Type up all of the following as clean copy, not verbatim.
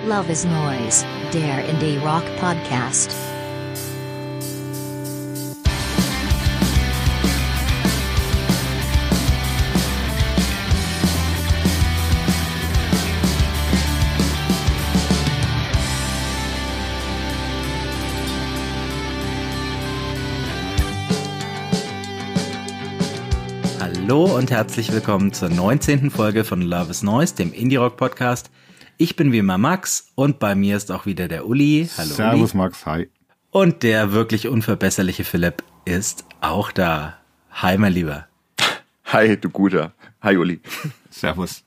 Love is Noise, der Indie Rock Podcast. Hallo und herzlich willkommen zur 19. Folge von Love is Noise, dem Indie Rock Podcast. Ich bin wie immer Max und bei mir ist auch wieder der Uli. Hallo Servus Uli. Max, hi. Und der wirklich unverbesserliche Philipp ist auch da. Hi mein Lieber. Hi du Guter. Hi Uli. Servus.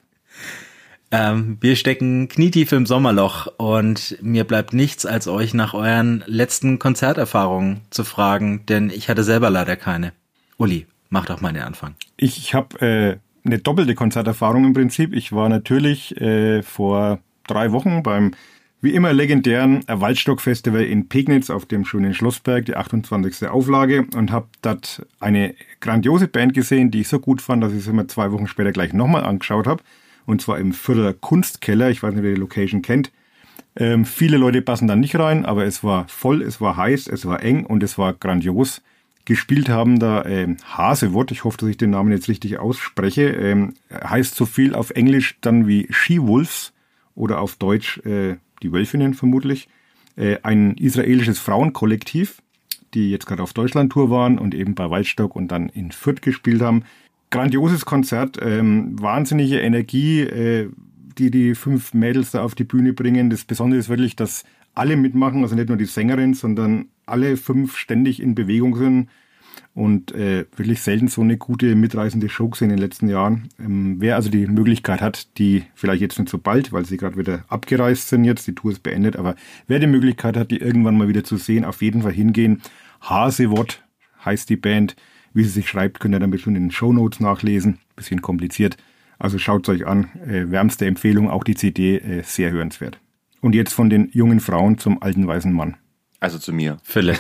Wir stecken knietief im Sommerloch und mir bleibt nichts, als euch nach euren letzten Konzerterfahrungen zu fragen, denn ich hatte selber leider keine. Uli, mach doch mal den Anfang. Ich habe eine doppelte Konzerterfahrung im Prinzip. Ich war natürlich vor 3 Wochen beim wie immer legendären Waldstock-Festival in Pegnitz auf dem schönen Schlossberg, die 28. Auflage, und habe dort eine grandiose Band gesehen, die ich so gut fand, dass ich es mir 2 Wochen später gleich nochmal angeschaut habe. Und zwar im Fürther Kunstkeller. Ich weiß nicht, wer die Location kennt. Viele Leute passen da nicht rein, aber es war voll, es war heiß, es war eng und es war grandios. Gespielt haben da Hasewood, ich hoffe, dass ich den Namen jetzt richtig ausspreche, heißt so viel auf Englisch dann wie She-Wolves oder auf Deutsch die Wölfinnen vermutlich. Ein israelisches Frauenkollektiv, die jetzt gerade auf Deutschland-Tour waren und eben bei Waldstock und dann in Fürth gespielt haben. Grandioses Konzert, wahnsinnige Energie, die 5 Mädels da auf die Bühne bringen. Das Besondere ist wirklich, dass alle mitmachen, also nicht nur die Sängerin, sondern alle 5 ständig in Bewegung sind und wirklich selten so eine gute, mitreißende Show gesehen in den letzten Jahren. Wer also die Möglichkeit hat, die vielleicht jetzt nicht so bald, weil sie gerade wieder abgereist sind jetzt, die Tour ist beendet, aber wer die Möglichkeit hat, die irgendwann mal wieder zu sehen, auf jeden Fall hingehen. Hasewood heißt die Band. Wie sie sich schreibt, könnt ihr dann bestimmt in den Shownotes nachlesen. Bisschen kompliziert. Also schaut es euch an. Wärmste Empfehlung, auch die CD, sehr hörenswert. Und jetzt von den jungen Frauen zum alten weißen Mann. Also zu mir. Philipp.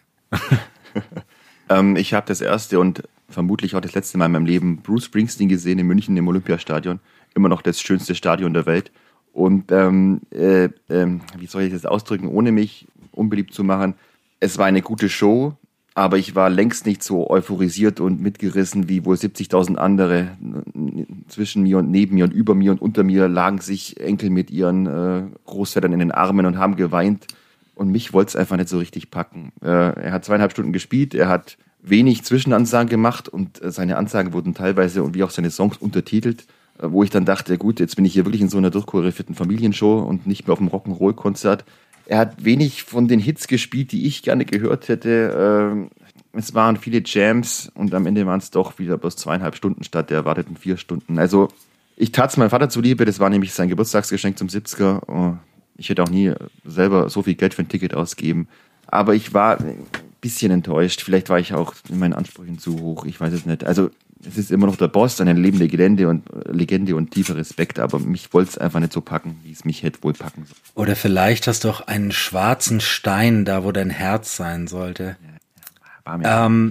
Ich habe das erste und vermutlich auch das letzte Mal in meinem Leben Bruce Springsteen gesehen in München im Olympiastadion. Immer noch das schönste Stadion der Welt. Und wie soll ich das ausdrücken, ohne mich unbeliebt zu machen? Es war eine gute Show, aber ich war längst nicht so euphorisiert und mitgerissen wie wohl 70.000 andere. Zwischen mir und neben mir und über mir und unter mir lagen sich Enkel mit ihren Großvätern in den Armen und haben geweint. Und mich wollte es einfach nicht so richtig packen. Er hat 2,5 Stunden gespielt, er hat wenig Zwischenansagen gemacht und seine Ansagen wurden teilweise und wie auch seine Songs untertitelt, wo ich dann dachte, gut, jetzt bin ich hier wirklich in so einer durchchoreografierten Familienshow und nicht mehr auf einem Rock'n'Roll-Konzert. Er hat wenig von den Hits gespielt, die ich gerne gehört hätte. Es waren viele Jams und am Ende waren es doch wieder bloß 2,5 Stunden statt der erwarteten 4 Stunden. Also ich tat es meinem Vater zuliebe, das war nämlich sein Geburtstagsgeschenk zum 70er. Ich hätte auch nie selber so viel Geld für ein Ticket ausgegeben. Aber ich war ein bisschen enttäuscht. Vielleicht war ich auch in meinen Ansprüchen zu hoch, ich weiß es nicht. Also es ist immer noch der Boss, eine lebende Legende und tiefer Respekt, aber mich wollte es einfach nicht so packen, wie es mich hätte wohl packen sollen. Oder vielleicht hast du auch einen schwarzen Stein da, wo dein Herz sein sollte. War mir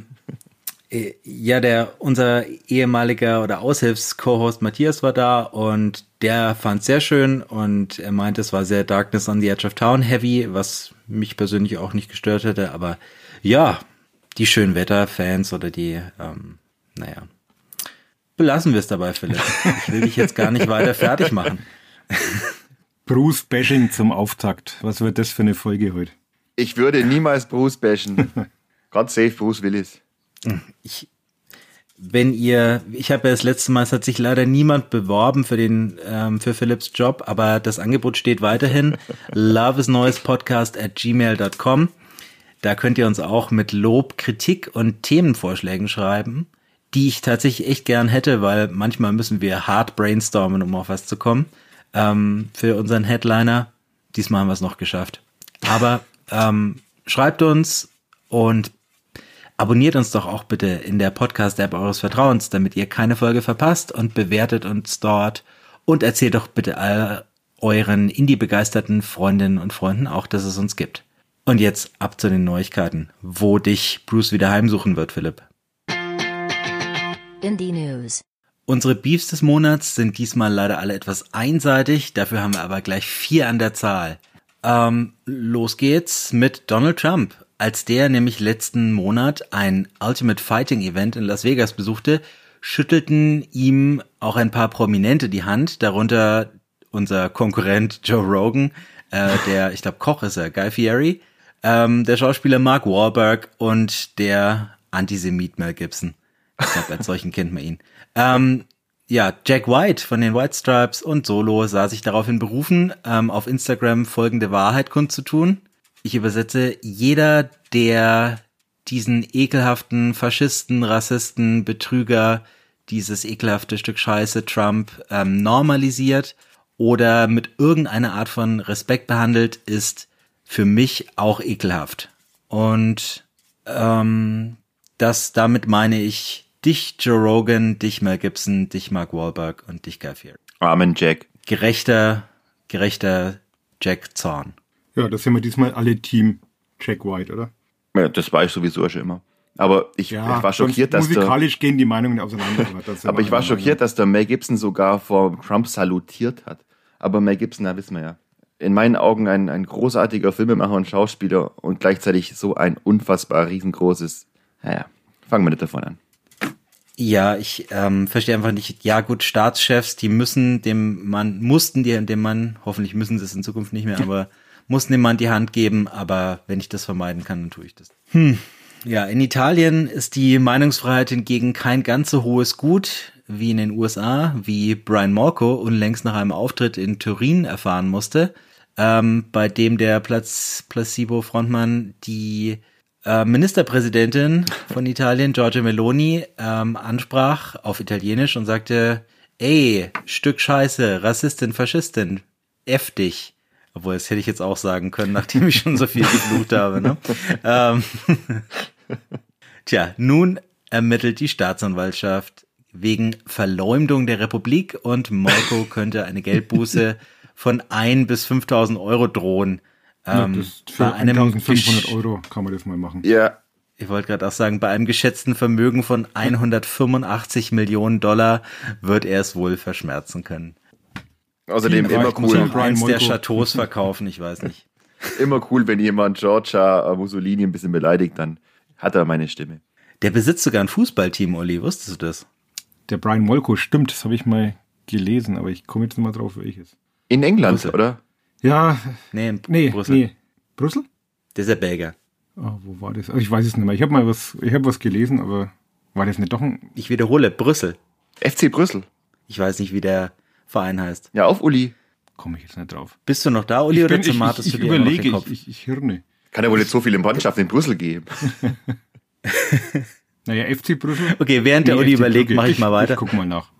unser ehemaliger oder Aushilfs-Co-Host Matthias war da und der fand es sehr schön und er meinte, es war sehr Darkness on the Edge of Town heavy, was mich persönlich auch nicht gestört hätte, aber ja, die Schönwetter-Fans oder die, belassen wir es dabei, Philipp. Ich will dich jetzt gar nicht weiter fertig machen. Bruce-Bashing zum Auftakt. Was wird das für eine Folge heute? Ich würde niemals Bruce bashen. God save Bruce Willis. Ich habe ja das letzte Mal, es hat sich leider niemand beworben für Philipps Job, aber das Angebot steht weiterhin. loveisnoisepodcast@gmail.com. Da könnt ihr uns auch mit Lob, Kritik und Themenvorschlägen schreiben, die ich tatsächlich echt gern hätte, weil manchmal müssen wir hart brainstormen, um auf was zu kommen, für unseren Headliner. Diesmal haben wir es noch geschafft. Aber schreibt uns und abonniert uns doch auch bitte in der Podcast-App eures Vertrauens, damit ihr keine Folge verpasst, und bewertet uns dort und erzählt doch bitte all euren Indie-begeisterten Freundinnen und Freunden auch, dass es uns gibt. Und jetzt ab zu den Neuigkeiten, wo dich Bruce wieder heimsuchen wird, Philipp. Indie News. Unsere Beefs des Monats sind diesmal leider alle etwas einseitig, dafür haben wir aber gleich 4 an der Zahl. Los geht's mit Donald Trump. Als der nämlich letzten Monat ein Ultimate Fighting Event in Las Vegas besuchte, schüttelten ihm auch ein paar Prominente die Hand, darunter unser Konkurrent Joe Rogan, der, ich glaube Koch ist er, Guy Fieri, der Schauspieler Mark Wahlberg und der Antisemit Mel Gibson. Ich glaube, als solchen kennt man ihn. Jack White von den White Stripes und Solo sah sich daraufhin berufen, auf Instagram folgende Wahrheit kundzutun. Ich übersetze: Jeder, der diesen ekelhaften Faschisten, Rassisten, Betrüger, dieses ekelhafte Stück Scheiße Trump normalisiert oder mit irgendeiner Art von Respekt behandelt, ist für mich auch ekelhaft. Und damit meine ich dich, Joe Rogan, dich, Mel Gibson, dich, Mark Wahlberg und dich, Guy Fieri. Amen, Jack. Gerechter Jack Zorn. Ja, das sind wir diesmal alle Team Jack White, oder? Ja, das war ich sowieso schon immer. Aber ich war schockiert, dass musikalisch gehen die Meinungen auseinander. Aber ich war schockiert, dass der Mel Gibson sogar vor Trump salutiert hat. Aber Mel Gibson, da wissen wir ja. In meinen Augen ein großartiger Filmemacher und Schauspieler und gleichzeitig so ein unfassbar riesengroßes. Naja, fangen wir nicht davon an. Ja, ich verstehe einfach nicht. Ja gut, Staatschefs, die mussten dem Mann, hoffentlich müssen sie es in Zukunft nicht mehr, aber mussten dem Mann die Hand geben, aber wenn ich das vermeiden kann, dann tue ich das. Ja, in Italien ist die Meinungsfreiheit hingegen kein ganz so hohes Gut wie in den USA, wie Brian Molko unlängst nach einem Auftritt in Turin erfahren musste, bei dem der Placebo-Frontmann die Ministerpräsidentin von Italien, Giorgia Meloni, ansprach auf Italienisch und sagte: Ey, Stück Scheiße, Rassistin, Faschistin, F dich. Obwohl, das hätte ich jetzt auch sagen können, nachdem ich schon so viel geflucht habe. Ne? Nun ermittelt die Staatsanwaltschaft wegen Verleumdung der Republik und Molko könnte eine Geldbuße von 1.000 bis 5.000 Euro drohen. Ja, für 1.500 Euro kann man das mal machen. Ja. Ich wollte gerade auch sagen, bei einem geschätzten Vermögen von 185 Millionen Dollar wird er es wohl verschmerzen können. Außerdem immer cool. Eins der Chateaus verkaufen, ich weiß nicht. Immer cool, wenn jemand Giorgia Mussolini ein bisschen beleidigt, dann hat er meine Stimme. Der besitzt sogar ein Fußballteam, Olli, wusstest du das? Der Brian Molko, stimmt, das habe ich mal gelesen, aber ich komme jetzt nicht mal drauf, welches. In England, Brüssel. Oder? Ja. Nee, Brüssel. Nee. Brüssel? Der ist der Belgier. Oh, wo war das? Also ich weiß es nicht mehr. Ich habe was gelesen, aber war das nicht doch ein... Ich wiederhole, Brüssel. FC Brüssel. Ich weiß nicht, wie der Verein heißt. Ja, auf Uli. Komme ich jetzt nicht drauf. Bist du noch da, Uli, oder zermartest du dir überlege, noch den Kopf? ich hirne. Kann ja wohl nicht so viele Mannschaften in Brüssel geben. Naja, FC Brüssel. Okay, während der Uli überlegt, mache ich mal weiter. Ich guck mal nach.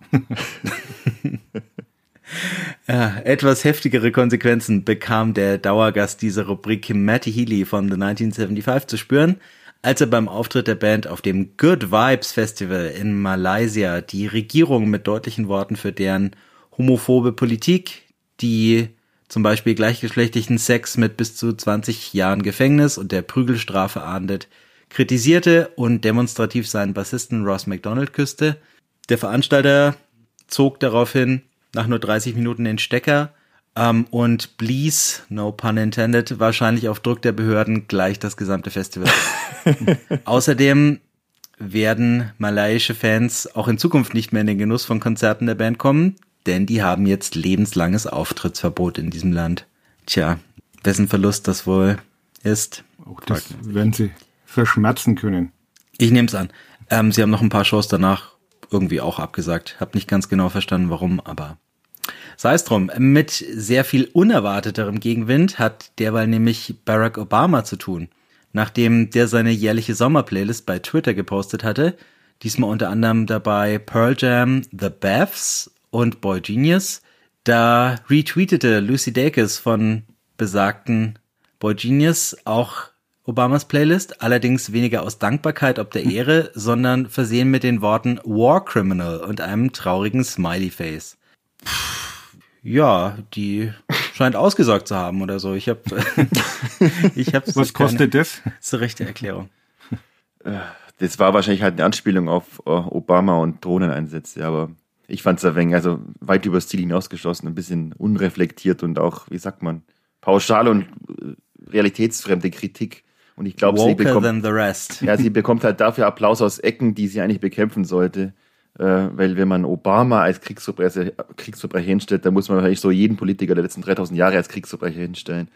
Ja, etwas heftigere Konsequenzen bekam der Dauergast dieser Rubrik Matty Healy von The 1975 zu spüren, als er beim Auftritt der Band auf dem Good Vibes Festival in Malaysia die Regierung mit deutlichen Worten für deren homophobe Politik, die zum Beispiel gleichgeschlechtlichen Sex mit bis zu 20 Jahren Gefängnis und der Prügelstrafe ahndet, kritisierte und demonstrativ seinen Bassisten Ross McDonald küsste. Der Veranstalter zog daraufhin nach nur 30 Minuten den Stecker und blies, no pun intended, wahrscheinlich auf Druck der Behörden gleich das gesamte Festival. Außerdem werden malaiische Fans auch in Zukunft nicht mehr in den Genuss von Konzerten der Band kommen, denn die haben jetzt lebenslanges Auftrittsverbot in diesem Land. Tja, wessen Verlust das wohl ist. Auch das werden sie verschmerzen können. Ich nehme es an. Sie haben noch ein paar Shows danach irgendwie auch abgesagt. Hab nicht ganz genau verstanden, warum, aber sei es drum. Mit sehr viel unerwarteterem Gegenwind hat derweil nämlich Barack Obama zu tun. Nachdem der seine jährliche Sommerplaylist bei Twitter gepostet hatte, diesmal unter anderem dabei Pearl Jam, The Baths und Boy Genius, da retweetete Lucy Dacus von besagten Boy Genius auch Obamas Playlist, allerdings weniger aus Dankbarkeit ob der Ehre, sondern versehen mit den Worten War Criminal und einem traurigen Smiley-Face. Ja, die scheint ausgesorgt zu haben oder so. Was kostet das? Das ist die rechte Erklärung. Das war wahrscheinlich halt eine Anspielung auf Obama und Drohneneinsätze, aber Ich fand es ein wenig, also weit übers Ziel hinausgeschossen, ein bisschen unreflektiert und auch, wie sagt man, pauschal und realitätsfremde Kritik. Und ich glaube, sie bekommt halt dafür Applaus aus Ecken, die sie eigentlich bekämpfen sollte. Weil wenn man Obama als Kriegsverbrecher hinstellt, dann muss man wahrscheinlich so jeden Politiker der letzten 3000 Jahre als Kriegsverbrecher hinstellen.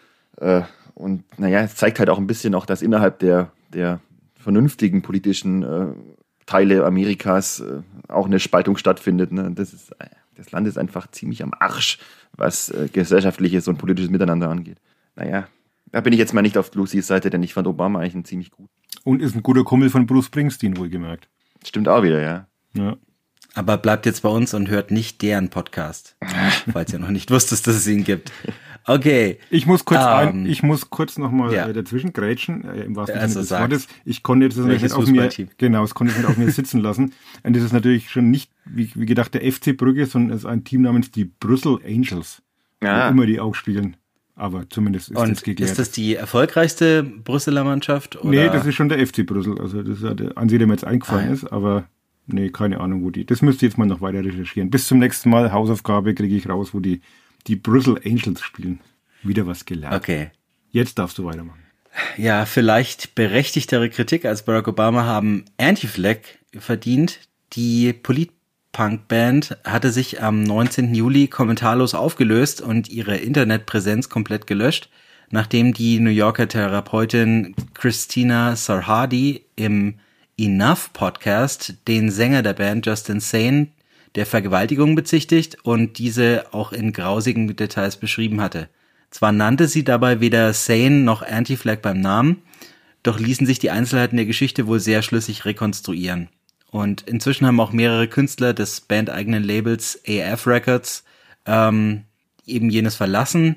Und naja, es zeigt halt auch ein bisschen auch, dass innerhalb der vernünftigen politischen Teile Amerikas auch eine Spaltung stattfindet. Ne? Das Land ist einfach ziemlich am Arsch, was gesellschaftliches und politisches Miteinander angeht. Naja, da bin ich jetzt mal nicht auf Lucys Seite, denn ich fand Obama eigentlich ziemlich gut. Und ist ein guter Kumpel von Bruce Springsteen, wohlgemerkt. Stimmt auch wieder, ja. Aber bleibt jetzt bei uns und hört nicht deren Podcast, falls ihr noch nicht wusstet, dass es ihn gibt. Okay. Ich muss kurz nochmal dazwischen grätschen, im wahrsten Sinne des Wortes. Ich konnte jetzt nicht auf mir, es konnte nicht auf mir sitzen lassen. Und das ist natürlich schon nicht, wie gedacht, der FC Brügge, sondern es ist ein Team namens die Brüssel Angels. Wo immer die auch spielen. Aber zumindest ist das geklärt. Ist das die erfolgreichste Brüsseler Mannschaft? Oder? Nee, das ist schon der FC Brüssel. Also das ist ja der Ansehen, der mir jetzt eingefallen ist, aber nee, keine Ahnung, wo die. Das müsst ihr jetzt mal noch weiter recherchieren. Bis zum nächsten Mal, Hausaufgabe, kriege ich raus, wo die Brüssel Angels spielen. Wieder was gelernt. Okay. Jetzt darfst du weitermachen. Ja, vielleicht berechtigtere Kritik als Barack Obama haben Anti-Flag verdient. Die Polit-Punk-Band hatte sich am 19. Juli kommentarlos aufgelöst und ihre Internetpräsenz komplett gelöscht, nachdem die New Yorker Therapeutin Christina Sarhadi im Enough Podcast den Sänger der Band Justin Sane der Vergewaltigung bezichtigt und diese auch in grausigen Details beschrieben hatte. Zwar nannte sie dabei weder Sane noch Anti-Flag beim Namen, doch ließen sich die Einzelheiten der Geschichte wohl sehr schlüssig rekonstruieren. Und inzwischen haben auch mehrere Künstler des bandeigenen Labels AF Records eben jenes verlassen.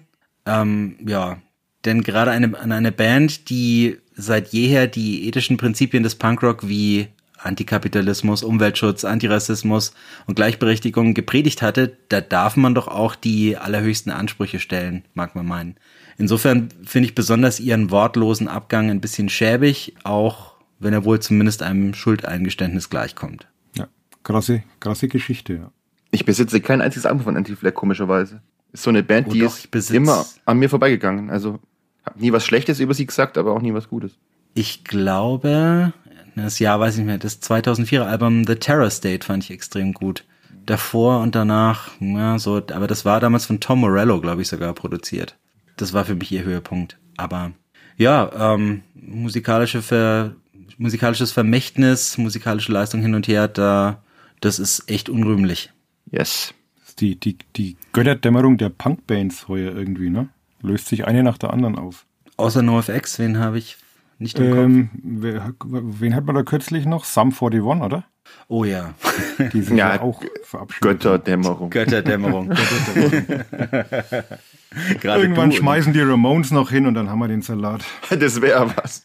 Denn gerade eine Band, die seit jeher die ethischen Prinzipien des Punkrock wie Antikapitalismus, Umweltschutz, Antirassismus und Gleichberechtigung gepredigt hatte, da darf man doch auch die allerhöchsten Ansprüche stellen, mag man meinen. Insofern finde ich besonders ihren wortlosen Abgang ein bisschen schäbig, auch wenn er wohl zumindest einem Schuldeingeständnis gleichkommt. Ja, krasse Geschichte, ja. Ich besitze kein einziges Album von Anti-Flag, komischerweise. Ist so eine Band, die ist immer an mir vorbeigegangen. Also, hab nie was Schlechtes über sie gesagt, aber auch nie was Gutes. Ich glaube, das Jahr weiß ich nicht mehr, das 2004er Album The Terror State fand ich extrem gut. Davor und danach, aber das war damals von Tom Morello, glaube ich, sogar produziert. Das war für mich ihr Höhepunkt. Aber ja, musikalisches Vermächtnis, musikalische Leistung hin und her, das ist echt unrühmlich. Yes. Das ist die Götterdämmerung der Punkbands heuer irgendwie, ne? Löst sich eine nach der anderen auf. Außer NoFX, wen habe ich nicht im Kopf? Wen hat man da kürzlich noch? Sum 41, oder? Oh ja. Die sind ja auch verabschiedet. Götterdämmerung. Irgendwann schmeißen die Ramones noch hin und dann haben wir den Salat. Das wäre was.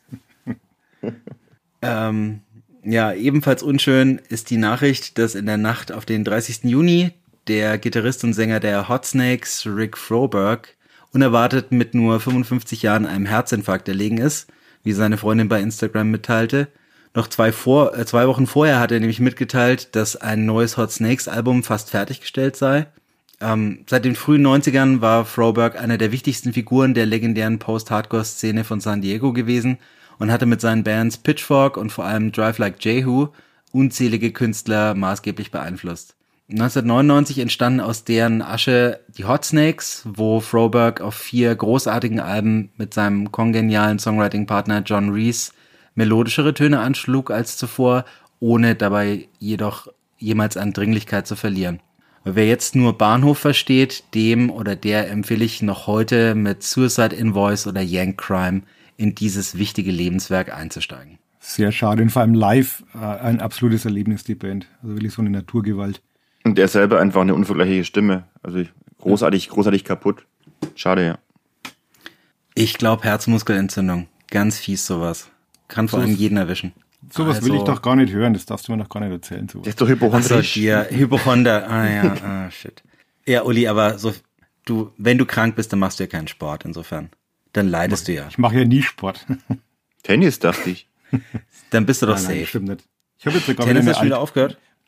Ja, ebenfalls unschön ist die Nachricht, dass in der Nacht auf den 30. Juni der Gitarrist und Sänger der Hot Snakes, Rick Froberg, unerwartet mit nur 55 Jahren einem Herzinfarkt erlegen ist, wie seine Freundin bei Instagram mitteilte. Noch 2 Wochen vorher hat er nämlich mitgeteilt, dass ein neues Hot Snakes Album fast fertiggestellt sei. Seit den frühen 90ern war Froberg einer der wichtigsten Figuren der legendären Post-Hardcore-Szene von San Diego gewesen und hatte mit seinen Bands Pitchfork und vor allem Drive Like Jehu unzählige Künstler maßgeblich beeinflusst. 1999 entstanden aus deren Asche die Hot Snakes, wo Froberg auf 4 großartigen Alben mit seinem kongenialen Songwriting-Partner John Reese melodischere Töne anschlug als zuvor, ohne dabei jedoch jemals an Dringlichkeit zu verlieren. Wer jetzt nur Bahnhof versteht, dem oder der empfehle ich noch heute mit Suicide Invoice oder Yank Crime in dieses wichtige Lebenswerk einzusteigen. Sehr schade und vor allem live ein absolutes Erlebnis, die Band. Also wirklich so eine Naturgewalt. Und er selber einfach eine unvergleichliche Stimme. Also großartig kaputt. Schade, ja. Ich glaube Herzmuskelentzündung. Ganz fies sowas. Kann vor allem jeden erwischen. Sowas will ich doch gar nicht hören. Das darfst du mir doch gar nicht erzählen. Sowas. Das ist doch hypochondrisch. Hypochonder. Shit. Ja, Uli, aber wenn du krank bist, dann machst du ja keinen Sport. Insofern. Dann leidest du ja. Ich mache ja nie Sport. Tennis, dachte ich. Dann bist du doch safe. Nein, stimmt nicht. Ich habe jetzt Tennis hast du wieder aufgehört?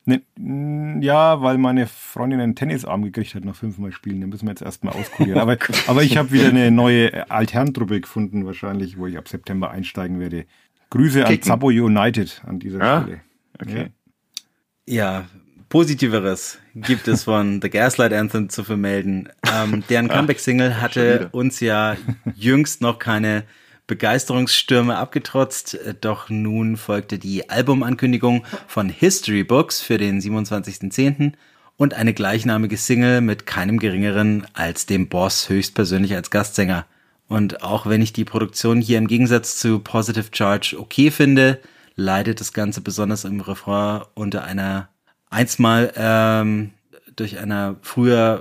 Ne, ja, weil meine Freundin einen Tennisarm gekriegt hat nach 5-mal Spielen. Den müssen wir jetzt erstmal auskurieren. aber ich habe wieder eine neue Altherrentruppe gefunden, wahrscheinlich, wo ich ab September einsteigen werde. Grüße an Zabo United an dieser Stelle. Okay. Ja, Positiveres gibt es von The Gaslight Anthem zu vermelden. Deren Comeback-Single hatte uns ja jüngst noch keine Begeisterungsstürme abgetrotzt, doch nun folgte die Albumankündigung von History Books für den 27.10. und eine gleichnamige Single mit keinem geringeren als dem Boss höchstpersönlich als Gastsänger. Und auch wenn ich die Produktion hier im Gegensatz zu Positive Charge okay finde, leidet das Ganze besonders im Refrain unter einer durch einer früher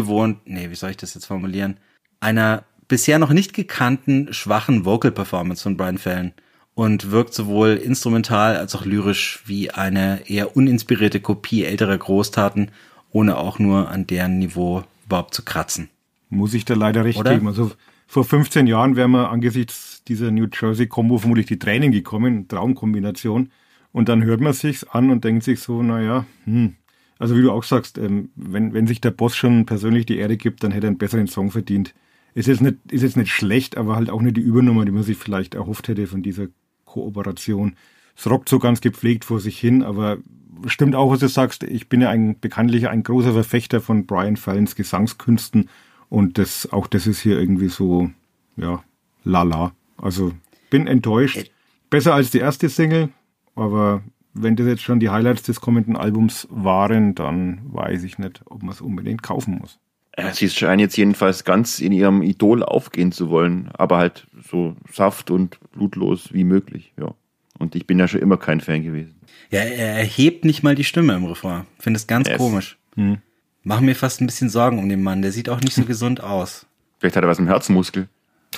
einer bisher noch nicht gekannten, schwachen Vocal-Performance von Brian Fallon und wirkt sowohl instrumental als auch lyrisch wie eine eher uninspirierte Kopie älterer Großtaten, ohne auch nur an deren Niveau überhaupt zu kratzen. Muss ich da leider recht geben. Also vor 15 Jahren wäre mir angesichts dieser New Jersey-Kombo vermutlich die Tränen gekommen, Traumkombination. Und dann hört man sich's an und denkt sich so, also wie du auch sagst, wenn sich der Boss schon persönlich die Ehre gibt, dann hätte er einen besseren Song verdient. Ist jetzt nicht schlecht, aber halt auch nicht die Übernummer, die man sich vielleicht erhofft hätte von dieser Kooperation. Es rockt so ganz gepflegt vor sich hin, aber stimmt auch, was du sagst. Ich bin ja bekanntlich ein großer Verfechter von Brian Fallons Gesangskünsten und das ist hier irgendwie so, ja, lala. Also bin enttäuscht. Besser als die erste Single, aber wenn das jetzt schon die Highlights des kommenden Albums waren, dann weiß ich nicht, ob man es unbedingt kaufen muss. Sie scheinen jetzt jedenfalls ganz in ihrem Idol aufgehen zu wollen, aber halt so saft- und blutlos wie möglich, ja. Und ich bin ja schon immer kein Fan gewesen. Ja, er hebt nicht mal die Stimme im Refrain. Finde es ganz komisch. Mach mir fast ein bisschen Sorgen um den Mann. Der sieht auch nicht so gesund aus. Vielleicht hat er was im Herzmuskel.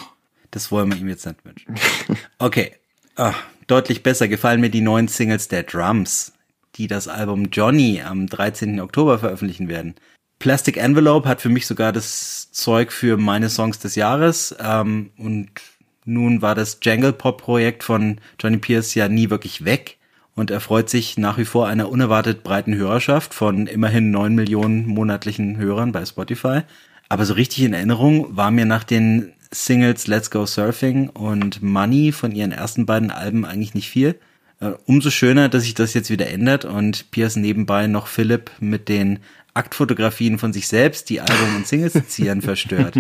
Das wollen wir ihm jetzt nicht wünschen. Okay. Deutlich besser gefallen mir die neuen Singles der Drums, die das Album Johnny am 13. Oktober veröffentlichen werden. Plastic Envelope hat für mich sogar das Zeug für meine Songs des Jahres. Und nun war das Jangle-Pop-Projekt von Johnny Pierce ja nie wirklich weg und erfreut sich nach wie vor einer unerwartet breiten Hörerschaft von immerhin 9 Millionen monatlichen Hörern bei Spotify. Aber so richtig in Erinnerung war mir nach den Singles Let's Go Surfing und Money von ihren ersten beiden Alben eigentlich nicht viel. Umso schöner, dass sich das jetzt wieder ändert und Pierce nebenbei noch Philipp mit den Aktfotografien von sich selbst, die Album- und Singles-Zieren verstört.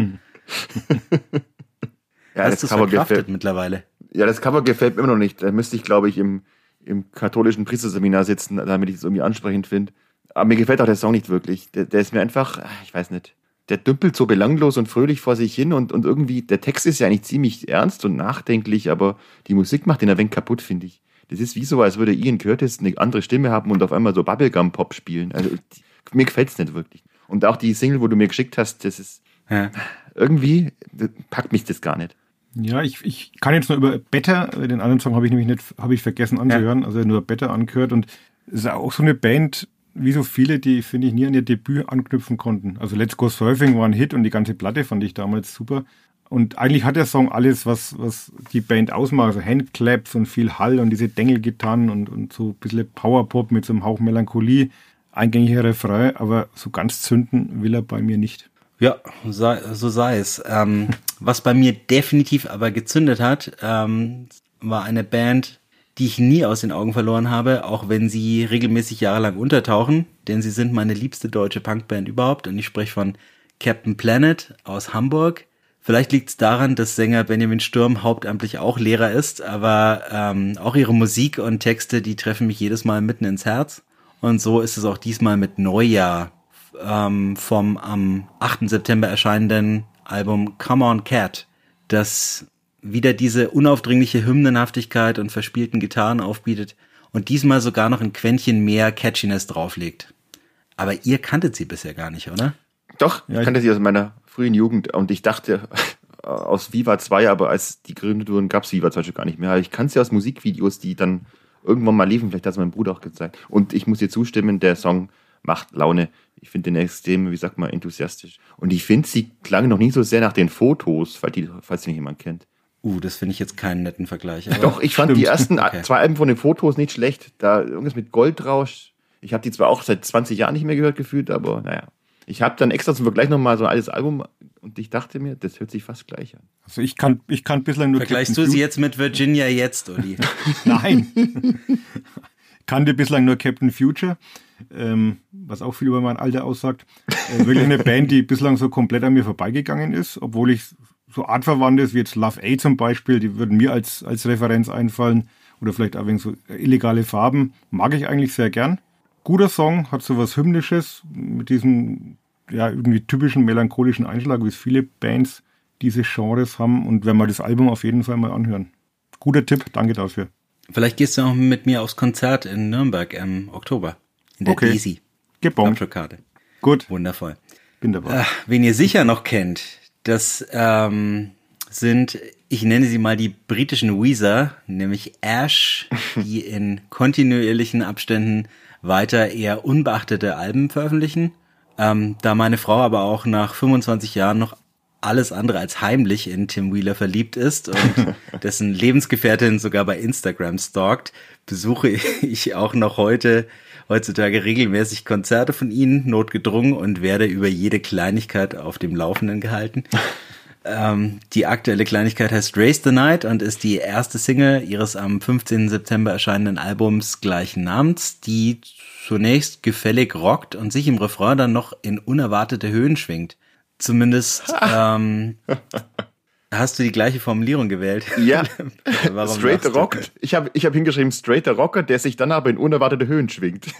Ja, hast du es verkraftet mittlerweile? Ja, das Cover gefällt mir immer noch nicht. Da müsste ich, glaube ich, im katholischen Priesterseminar sitzen, damit ich es irgendwie ansprechend finde. Aber mir gefällt auch der Song nicht wirklich. Der ist mir einfach, ich weiß nicht, der dümpelt so belanglos und fröhlich vor sich hin und irgendwie, der Text ist ja eigentlich ziemlich ernst und nachdenklich, aber die Musik macht den ein wenig kaputt, finde ich. Das ist wie so, als würde Ian Curtis eine andere Stimme haben und auf einmal so Bubblegum-Pop spielen. Also mir gefällt es nicht wirklich. Und auch die Single, wo du mir geschickt hast, das ist irgendwie, packt mich das gar nicht. Ja, ich kann jetzt nur über Better, den anderen Song habe ich vergessen anzuhören, also nur Better angehört und es ist auch so eine Band, wie so viele, die, finde ich, nie an ihr Debüt anknüpfen konnten. Also Let's Go Surfing war ein Hit und die ganze Platte fand ich damals super. Und eigentlich hat der Song alles, was die Band ausmacht. Also Handclaps und viel Hall und diese Dengelgitarren und so ein bisschen Powerpop mit so einem Hauch Melancholie. Eingängiger Refrain, aber so ganz zünden will er bei mir nicht. Ja, so sei es. Was bei mir definitiv aber gezündet hat, war eine Band, die ich nie aus den Augen verloren habe, auch wenn sie regelmäßig jahrelang untertauchen, denn sie sind meine liebste deutsche Punkband überhaupt und ich spreche von Captain Planet aus Hamburg. Vielleicht liegt es daran, dass Sänger Benjamin Sturm hauptamtlich auch Lehrer ist, aber auch ihre Musik und Texte, die treffen mich jedes Mal mitten ins Herz. Und so ist es auch diesmal mit Neujahr vom am 8. September erscheinenden Album Come On Cat, das wieder diese unaufdringliche Hymnenhaftigkeit und verspielten Gitarren aufbietet und diesmal sogar noch ein Quäntchen mehr Catchiness drauflegt. Aber ihr kanntet sie bisher gar nicht, oder? Doch, ich kannte sie aus meiner frühen Jugend und ich dachte aus Viva 2, aber als die gegründet wurden, gab es Viva 2 schon gar nicht mehr. Ich kannte sie aus Musikvideos, die dann irgendwann mal liefen, vielleicht hat es mein Bruder auch gezeigt. Und ich muss dir zustimmen, der Song macht Laune. Ich finde den extrem, wie sagt man, enthusiastisch. Und ich finde, sie klang noch nie so sehr nach den Fotos, falls nicht jemand kennt. Das finde ich jetzt keinen netten Vergleich. Doch, ich fand die ersten 2 Alben von den Fotos nicht schlecht. Da irgendwas mit Goldrausch, Ich habe die zwar auch seit 20 Jahren nicht mehr gehört gefühlt, aber naja. Ich habe dann extra zum Vergleich nochmal so ein altes Album und ich dachte mir, das hört sich fast gleich an. Also ich kann bislang nur... Vergleichst du sie jetzt mit Virginia jetzt, Uli? Nein. Kannte bislang nur Captain Future, was auch viel über mein Alter aussagt. Wirklich eine Band, die bislang so komplett an mir vorbeigegangen ist, obwohl ich so artverwandtes wie jetzt Love A zum Beispiel, die würden mir als Referenz einfallen. Oder vielleicht auch wegen so illegale Farben. Mag ich eigentlich sehr gern. Guter Song, hat so was Hymnisches mit diesem ja irgendwie typischen melancholischen Einschlag, wie es viele Bands diese Genres haben. Und werden wir das Album auf jeden Fall mal anhören. Guter Tipp, danke dafür. Vielleicht gehst du auch mit mir aufs Konzert in Nürnberg im Oktober. In der Daisy. Gebombt. Gut. Wundervoll. Bin dabei. Wen ihr sicher noch kennt, das sind, ich nenne sie mal die britischen Weezer, nämlich Ash, die in kontinuierlichen Abständen weiter eher unbeachtete Alben veröffentlichen. Da meine Frau aber auch nach 25 Jahren noch alles andere als heimlich in Tim Wheeler verliebt ist und dessen Lebensgefährtin sogar bei Instagram stalkt, besuche ich auch noch heutzutage regelmäßig Konzerte von ihnen, notgedrungen, und werde über jede Kleinigkeit auf dem Laufenden gehalten. Die aktuelle Kleinigkeit heißt Raise the Night und ist die erste Single ihres am 15. September erscheinenden Albums gleichen Namens, die zunächst gefällig rockt und sich im Refrain dann noch in unerwartete Höhen schwingt. Zumindest hast du die gleiche Formulierung gewählt. Ja, straight rockt. Ich hab hingeschrieben, straighter Rocker, der sich dann aber in unerwartete Höhen schwingt.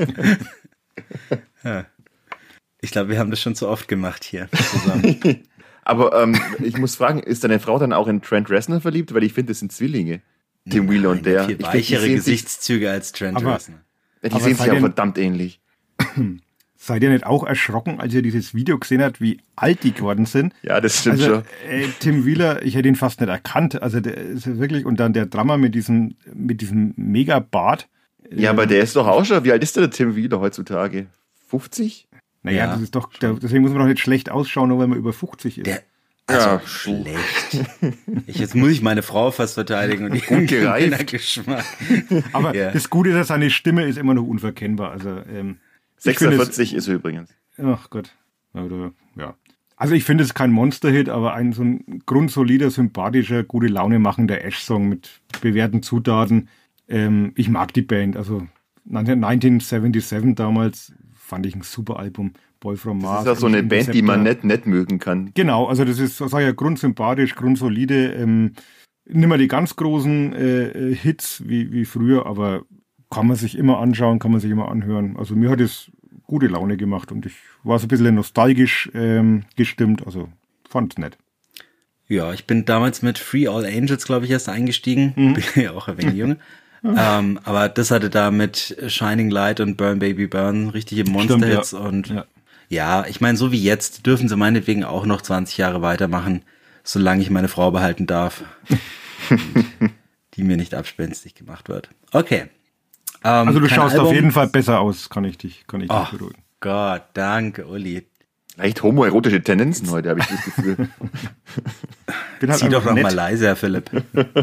Ja. Ich glaube, wir haben das schon zu oft gemacht hier zusammen. Aber ich muss fragen, ist deine Frau dann auch in Trent Reznor verliebt? Weil ich finde, das sind Zwillinge. Tim Wheeler und der. Viel weichere Gesichtszüge als Trent Reznor. Die sehen sich ja verdammt ähnlich. Seid ihr nicht auch erschrocken, als ihr dieses Video gesehen habt, wie alt die geworden sind? Ja, das stimmt schon. Tim Wheeler, ich hätte ihn fast nicht erkannt. Also der ist wirklich, und dann der Drummer mit diesem Mega-Bart. Ja, aber der ist doch auch schon, wie alt ist der Tim Wheeler heutzutage? 50? Naja, das ist doch, deswegen muss man doch nicht schlecht ausschauen, nur weil man über 50 ist. Schlecht. Jetzt muss ich meine Frau fast verteidigen und ihren Geschmack. Aber das Gute ist, dass seine Stimme ist immer noch unverkennbar. Also 46 ist er übrigens. Ach Gott. Ja. Also ich finde es kein Monster-Hit, aber so ein grundsolider, sympathischer, gute Laune machender Ash-Song mit bewährten Zutaten. Ich mag die Band. Also 1977 damals fand ich ein super Album. Boy from Mars. Das ist ja so eine Band, die man nicht mögen kann. Genau, also das ist, sag ich ja, grundsympathisch, grundsolide. Nicht mehr die ganz großen Hits wie früher, aber kann man sich immer anschauen, kann man sich immer anhören. Also mir hat es gute Laune gemacht und ich war so ein bisschen nostalgisch gestimmt, also fand's nett. Ja, ich bin damals mit Free All Angels, glaube ich, erst eingestiegen. Bin ja auch ein wenig jung. Aber das hatte da mit Shining Light und Burn Baby Burn richtige Monster-Hits. Und ja, ich meine, so wie jetzt dürfen sie meinetwegen auch noch 20 Jahre weitermachen, solange ich meine Frau behalten darf. Die mir nicht abspenstig gemacht wird. Okay. Also du schaust auf jeden Fall besser aus, kann ich dich beruhigen. Gott, danke, Uli. Leicht homoerotische Tendenzen heute, habe ich das Gefühl. Zieh doch noch mal leiser, Philipp.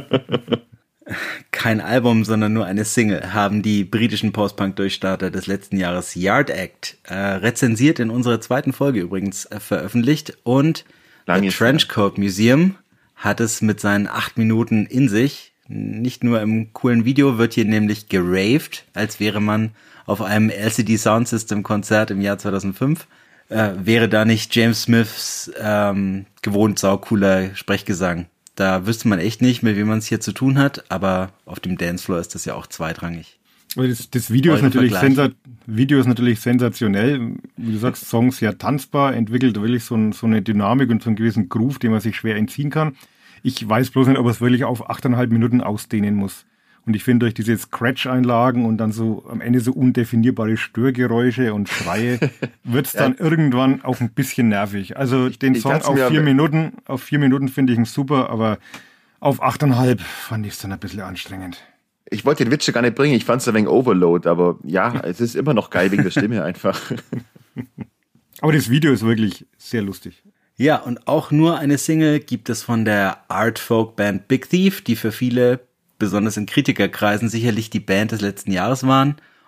Kein Album, sondern nur eine Single haben die britischen Post-Punk-Durchstarter des letzten Jahres Yard Act rezensiert, in unserer zweiten Folge übrigens veröffentlicht. Und das Trenchcoat Museum hat es mit seinen 8 Minuten in sich. Nicht nur im coolen Video wird hier nämlich geraved, als wäre man auf einem LCD Soundsystem Konzert im Jahr 2005. Wäre da nicht James Smiths gewohnt saucooler Sprechgesang. Da wüsste man echt nicht, mit wem man es hier zu tun hat, aber auf dem Dancefloor ist das ja auch zweitrangig. Das Video ist natürlich sensationell. Wie du sagst, Songs sehr tanzbar, entwickelt wirklich so eine Dynamik und so einen gewissen Groove, den man sich schwer entziehen kann. Ich weiß bloß nicht, ob er es wirklich auf 8,5 Minuten ausdehnen muss. Und ich finde, durch diese Scratch-Einlagen und dann so am Ende so undefinierbare Störgeräusche und Schreie wird's dann irgendwann auch ein bisschen nervig. Also den Song auf 4 Minuten finde ich ihn super, aber auf 8,5 fand ich es dann ein bisschen anstrengend. Ich wollte den Witz schon gar nicht bringen, ich fand es ein wenig Overload, aber ja, es ist immer noch geil wegen der Stimme einfach. Aber das Video ist wirklich sehr lustig. Ja, und auch nur eine Single gibt es von der Art-Folk-Band Big Thief, die für viele, besonders in Kritikerkreisen, sicherlich die Band des letzten Jahres waren.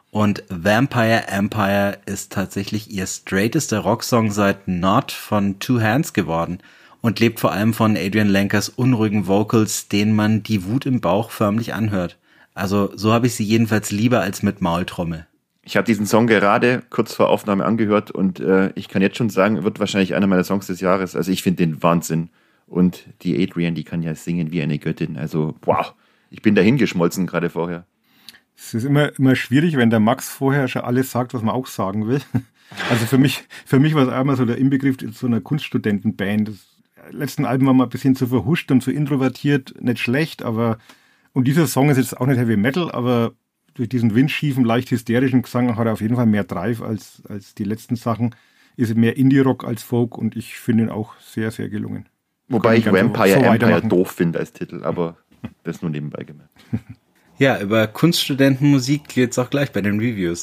Und Vampire Empire ist tatsächlich ihr straightester Rocksong seit Not von Two Hands geworden und lebt vor allem von Adrian Lankers unruhigen Vocals, denen man die Wut im Bauch förmlich anhört. Also so habe ich sie jedenfalls lieber als mit Maultrommel. Ich habe diesen Song gerade kurz vor Aufnahme angehört und ich kann jetzt schon sagen, wird wahrscheinlich einer meiner Songs des Jahres. Also ich finde den Wahnsinn. Und die Adrian, die kann ja singen wie eine Göttin. Also wow, ich bin dahin geschmolzen gerade vorher. Es ist immer schwierig, wenn der Max vorher schon alles sagt, was man auch sagen will. Also für mich war es einmal so der Inbegriff so einer Kunststudentenband. Das letzten Alben war mal ein bisschen zu verhuscht und zu introvertiert, nicht schlecht, aber und dieser Song ist jetzt auch nicht Heavy Metal, aber durch diesen windschiefen, leicht hysterischen Gesang hat er auf jeden Fall mehr Drive als die letzten Sachen. Ist mehr Indie-Rock als Folk und ich finde ihn auch sehr, sehr gelungen. Wobei ich Vampire Empire doof finde als Titel, aber das nur nebenbei gemerkt. Ja, über Kunststudentenmusik geht's auch gleich bei den Reviews.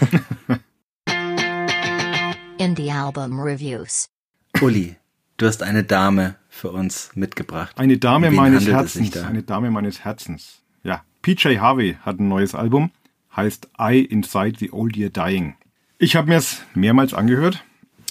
Indie Album Reviews. Uli, du hast eine Dame für uns mitgebracht. Eine Dame Um wen meines handelt es sich Herzens. da? Eine Dame meines Herzens. Ja, PJ Harvey hat ein neues Album, heißt I Inside the Old Year Dying. Ich habe mir es mehrmals angehört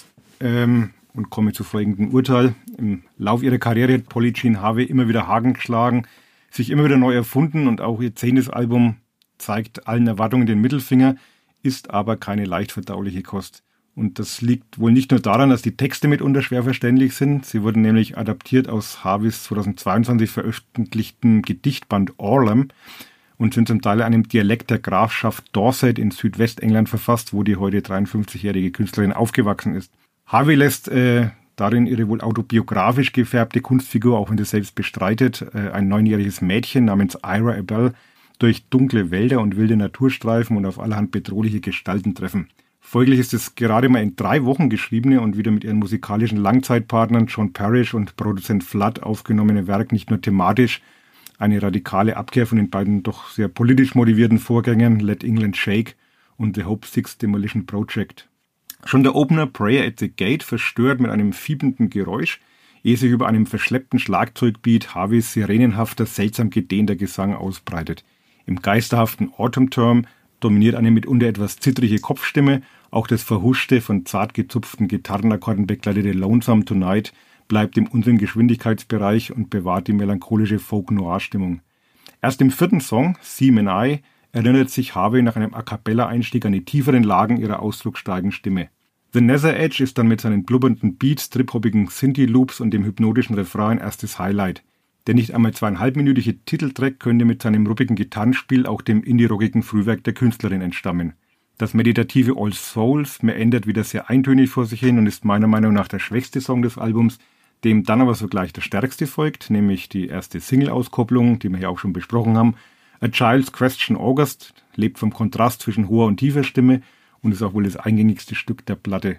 und komme zu folgendem Urteil. Im Lauf ihrer Karriere hat Polly Jean Harvey immer wieder Haken geschlagen, sich immer wieder neu erfunden und auch ihr 10. Album zeigt allen Erwartungen den Mittelfinger, ist aber keine leicht verdauliche Kost. Und das liegt wohl nicht nur daran, dass die Texte mitunter schwer verständlich sind. Sie wurden nämlich adaptiert aus Harveys 2022 veröffentlichten Gedichtband Orlam und sind zum Teil einem Dialekt der Grafschaft Dorset in Südwestengland verfasst, wo die heute 53-jährige Künstlerin aufgewachsen ist. Harvey lässt darin ihre wohl autobiografisch gefärbte Kunstfigur, auch wenn sie selbst bestreitet, ein 9-jähriges Mädchen namens Ira Abel durch dunkle Wälder und wilde Naturstreifen und auf allerhand bedrohliche Gestalten treffen. Folglich ist es gerade mal in 3 Wochen geschriebene und wieder mit ihren musikalischen Langzeitpartnern John Parrish und Produzent Flood aufgenommene Werk nicht nur thematisch eine radikale Abkehr von den beiden doch sehr politisch motivierten Vorgängern Let England Shake und The Hope Six Demolition Project. Schon der Opener Prayer at the Gate verstört mit einem fiebenden Geräusch, ehe sich über einem verschleppten Schlagzeugbeat Harveys sirenenhafter, seltsam gedehnter Gesang ausbreitet. Im geisterhaften Autumn Term dominiert eine mitunter etwas zittrige Kopfstimme, auch das verhuschte, von zart gezupften Gitarrenakkorden begleitete Lonesome Tonight bleibt im unteren Geschwindigkeitsbereich und bewahrt die melancholische Folk-Noir-Stimmung. Erst im 4. Song, Seam and I, erinnert sich Harvey nach einem A-Cappella-Einstieg an die tieferen Lagen ihrer ausdrucksstarken Stimme. The Nether Edge ist dann mit seinen blubbernden Beats, trip-hoppigen Synthie-Loops und dem hypnotischen Refrain erstes Highlight. Der nicht einmal 2,5-minütige Titeltrack könnte mit seinem ruppigen Gitarrenspiel auch dem indie-rockigen Frühwerk der Künstlerin entstammen. Das meditative All Souls ändert wieder sehr eintönig vor sich hin und ist meiner Meinung nach der schwächste Song des Albums, dem dann aber sogleich der stärkste folgt, nämlich die erste Single-Auskopplung, die wir hier auch schon besprochen haben. A Child's Question August lebt vom Kontrast zwischen hoher und tiefer Stimme und ist auch wohl das eingängigste Stück der Platte.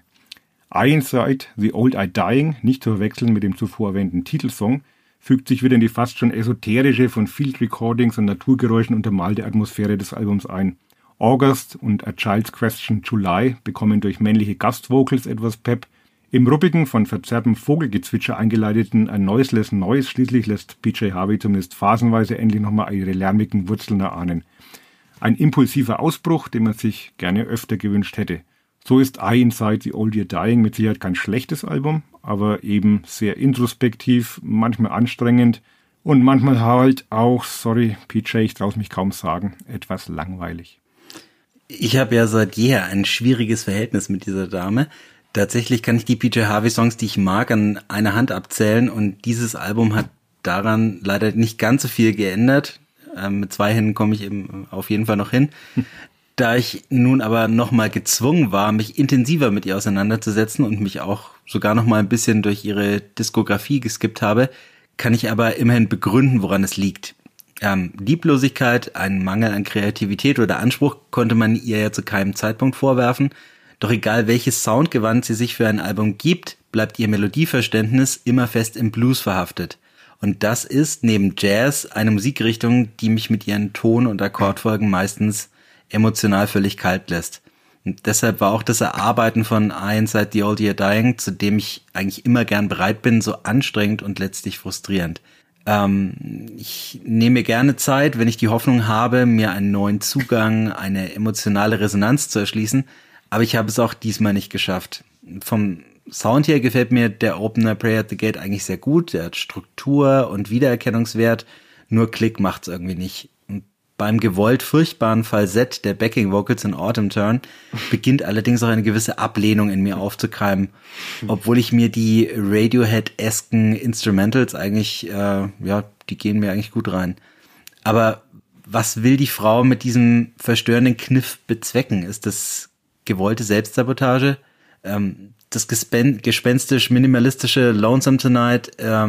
I Inside the Old I Dying, nicht zu verwechseln mit dem zuvor erwähnten Titelsong, fügt sich wieder in die fast schon esoterische, von Field Recordings und Naturgeräuschen untermalte Atmosphäre des Albums ein. August und A Child's Question July bekommen durch männliche Gastvocals etwas Pep. Im ruppigen, von verzerrtem Vogelgezwitscher eingeleiteten A Noiseless Noise schließlich lässt PJ Harvey zumindest phasenweise endlich nochmal ihre lärmigen Wurzeln erahnen. Ein impulsiver Ausbruch, den man sich gerne öfter gewünscht hätte. So ist I Inside the Old Year Dying mit Sicherheit kein schlechtes Album, aber eben sehr introspektiv, manchmal anstrengend und manchmal halt auch, sorry PJ, ich traue es mich kaum sagen, etwas langweilig. Ich habe ja seit jeher ein schwieriges Verhältnis mit dieser Dame. Tatsächlich kann ich die PJ Harvey Songs, die ich mag, an einer Hand abzählen und dieses Album hat daran leider nicht ganz so viel geändert. Mit 2 Händen komme ich eben auf jeden Fall noch hin. Da ich nun aber nochmal gezwungen war, mich intensiver mit ihr auseinanderzusetzen und mich auch sogar nochmal ein bisschen durch ihre Diskografie geskippt habe, kann ich aber immerhin begründen, woran es liegt. Lieblosigkeit, einen Mangel an Kreativität oder Anspruch konnte man ihr ja zu keinem Zeitpunkt vorwerfen. Doch egal welches Soundgewand sie sich für ein Album gibt, bleibt ihr Melodieverständnis immer fest im Blues verhaftet. Und das ist neben Jazz eine Musikrichtung, die mich mit ihren Ton- und Akkordfolgen meistens emotional völlig kalt lässt. Und deshalb war auch das Erarbeiten von I Inside the Old Year Dying, zu dem ich eigentlich immer gern bereit bin, so anstrengend und letztlich frustrierend. Ich nehme mir gerne Zeit, wenn ich die Hoffnung habe, mir einen neuen Zugang, eine emotionale Resonanz zu erschließen, aber ich habe es auch diesmal nicht geschafft. Vom Sound her gefällt mir der Opener Prayer at the Gate eigentlich sehr gut, der hat Struktur und Wiedererkennungswert, nur Klick macht's irgendwie nicht. Und beim gewollt furchtbaren Falsett der Backing Vocals in Autumn Turn beginnt allerdings auch eine gewisse Ablehnung in mir aufzukeimen, obwohl ich mir die Radiohead-esken Instrumentals eigentlich, die gehen mir eigentlich gut rein. Aber was will die Frau mit diesem verstörenden Kniff bezwecken? Ist das gewollte Selbstsabotage? Das gespenstisch-minimalistische Lonesome Tonight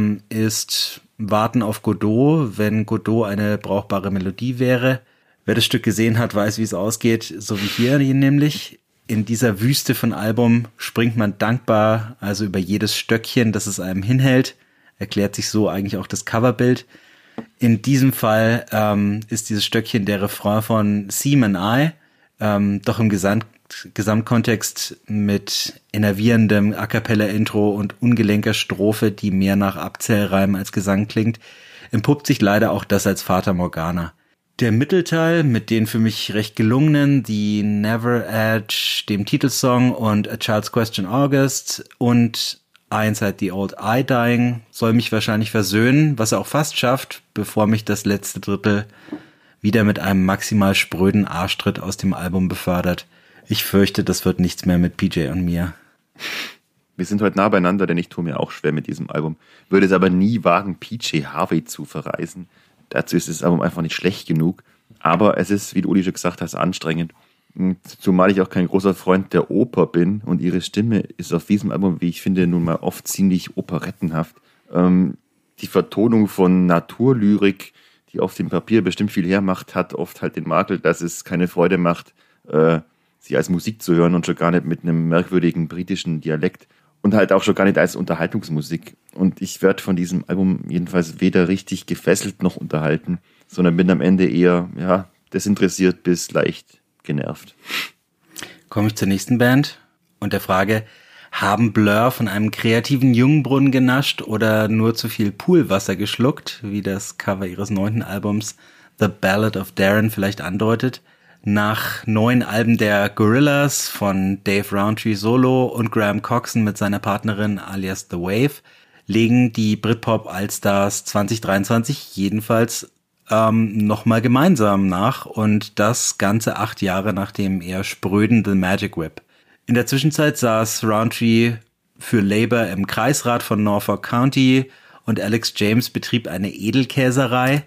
ist Warten auf Godot, wenn Godot eine brauchbare Melodie wäre. Wer das Stück gesehen hat, weiß, wie es ausgeht, so wie hier nämlich. In dieser Wüste von Album springt man dankbar also über jedes Stöckchen, das es einem hinhält. Erklärt sich so eigentlich auch das Coverbild. In diesem Fall ist dieses Stöckchen der Refrain von Seam and I, doch im Gesamtkontext mit enervierendem A-Cappella-Intro und ungelenker Strophe, die mehr nach Abzählreim als Gesang klingt, entpuppt sich leider auch das als Fata Morgana. Der Mittelteil mit den für mich recht gelungenen The Never Edge, dem Titelsong und A Child's Question August und Inside the Old Eye Dying soll mich wahrscheinlich versöhnen, was er auch fast schafft, bevor mich das letzte Drittel wieder mit einem maximal spröden Arschtritt aus dem Album befördert. Ich fürchte, das wird nichts mehr mit PJ und mir. Wir sind heute nah beieinander, denn ich tue mir auch schwer mit diesem Album. Würde es aber nie wagen, PJ Harvey zu verreisen. Dazu ist das Album einfach nicht schlecht genug. Aber es ist, wie du Uli schon gesagt hast, anstrengend. Zumal ich auch kein großer Freund der Oper bin. Und ihre Stimme ist auf diesem Album, wie ich finde, nun mal oft ziemlich operettenhaft. Die Vertonung von Naturlyrik, die auf dem Papier bestimmt viel hermacht, hat oft halt den Makel, dass es keine Freude macht, sie als Musik zu hören und schon gar nicht mit einem merkwürdigen britischen Dialekt und halt auch schon gar nicht als Unterhaltungsmusik. Und ich werde von diesem Album jedenfalls weder richtig gefesselt noch unterhalten, sondern bin am Ende eher desinteressiert bis leicht genervt. Komme ich zur nächsten Band und der Frage, haben Blur von einem kreativen Jungbrunnen genascht oder nur zu viel Poolwasser geschluckt, wie das Cover ihres 9. Albums The Ballad of Darren vielleicht andeutet? Nach 9 Alben der Gorillaz von Dave Rowntree solo und Graham Coxon mit seiner Partnerin alias The Wave legen die Britpop Allstars 2023 jedenfalls nochmal gemeinsam nach und das ganze 8 Jahre nach dem eher spröden The Magic Whip. In der Zwischenzeit saß Rowntree für Labour im Kreisrat von Norfolk County und Alex James betrieb eine Edelkäserei.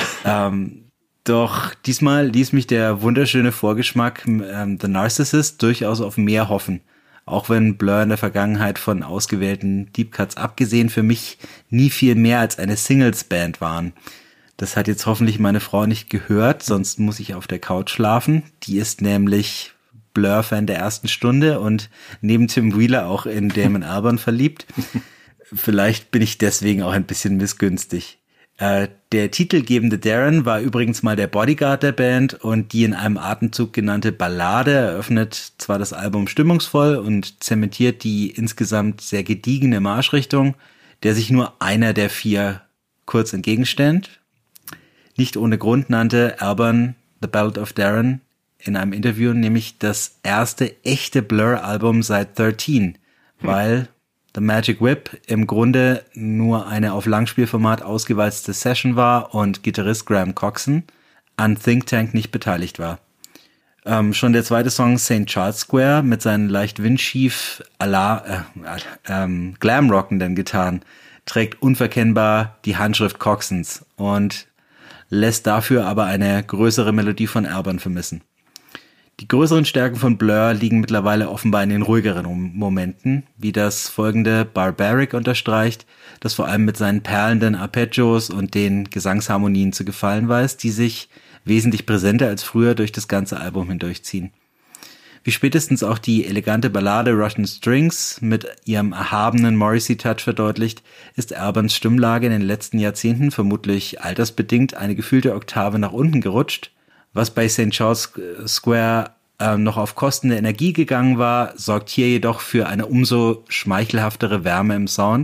Doch diesmal ließ mich der wunderschöne Vorgeschmack The Narcissist durchaus auf mehr hoffen. Auch wenn Blur in der Vergangenheit von ausgewählten Deep Cuts abgesehen für mich nie viel mehr als eine Singles-Band waren. Das hat jetzt hoffentlich meine Frau nicht gehört, sonst muss ich auf der Couch schlafen. Die ist nämlich Blur-Fan der ersten Stunde und neben Tim Wheeler auch in Damon Albarn verliebt. Vielleicht bin ich deswegen auch ein bisschen missgünstig. Der titelgebende Darren war übrigens mal der Bodyguard der Band und die in einem Atemzug genannte Ballade eröffnet zwar das Album stimmungsvoll und zementiert die insgesamt sehr gediegene Marschrichtung, der sich nur einer der 4 kurz entgegenstellt. Nicht ohne Grund nannte Albarn The Ballad of Darren in einem Interview nämlich das erste echte Blur-Album seit 13, weil The Magic Whip im Grunde nur eine auf Langspielformat ausgewalzte Session war und Gitarrist Graham Coxon an Think Tank nicht beteiligt war. Schon der zweite Song St. Charles Square mit seinen leicht windschief glamrockenden Gitarren trägt unverkennbar die Handschrift Coxons und lässt dafür aber eine größere Melodie von Albarn vermissen. Die größeren Stärken von Blur liegen mittlerweile offenbar in den ruhigeren Momenten, wie das folgende Barbaric unterstreicht, das vor allem mit seinen perlenden Arpeggios und den Gesangsharmonien zu gefallen weiß, die sich wesentlich präsenter als früher durch das ganze Album hindurchziehen. Wie spätestens auch die elegante Ballade Russian Strings mit ihrem erhabenen Morrissey-Touch verdeutlicht, ist Albarns Stimmlage in den letzten Jahrzehnten vermutlich altersbedingt eine gefühlte Oktave nach unten gerutscht. Was bei St. Charles Square noch auf Kosten der Energie gegangen war, sorgt hier jedoch für eine umso schmeichelhaftere Wärme im Sound.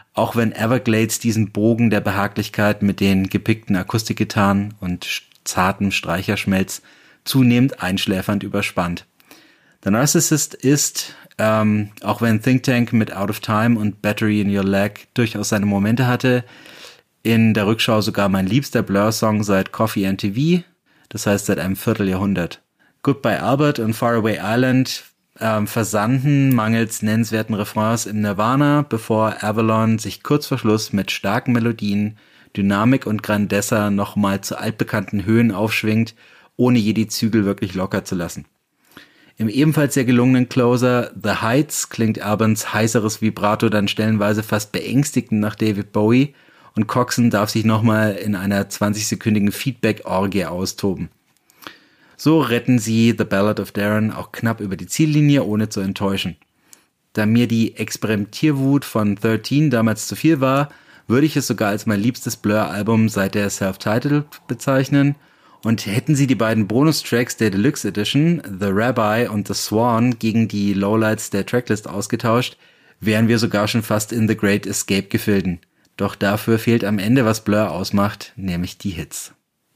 auch wenn Everglades diesen Bogen der Behaglichkeit mit den gepickten Akustikgitarren und zartem Streicherschmelz zunehmend einschläfernd überspannt. The Narcissist ist, auch wenn Think Tank mit Out of Time und Battery in Your Leg durchaus seine Momente hatte, in der Rückschau sogar mein liebster Blur-Song seit Coffee and TV, das heißt seit einem Vierteljahrhundert. Goodbye Albert und Faraway Island versanden mangels nennenswerten Refrains im Nirvana, bevor Avalon sich kurz vor Schluss mit starken Melodien, Dynamik und Grandezza nochmal zu altbekannten Höhen aufschwingt, ohne je die Zügel wirklich locker zu lassen. Im ebenfalls sehr gelungenen Closer The Heights klingt Albans heißeres Vibrato dann stellenweise fast beängstigend nach David Bowie und Coxon darf sich nochmal in einer 20-sekündigen Feedback-Orgie austoben. So retten sie The Ballad of Darren auch knapp über die Ziellinie, ohne zu enttäuschen. Da mir die Experimentierwut von 13 damals zu viel war, würde ich es sogar als mein liebstes Blur-Album seit der Self-Titled bezeichnen. Und hätten sie die beiden Bonustracks der Deluxe Edition, The Rabbi und The Swan, gegen die Lowlights der Tracklist ausgetauscht, wären wir sogar schon fast in The Great Escape-Gefilden. Doch dafür fehlt am Ende, was Blur ausmacht, nämlich die Hits.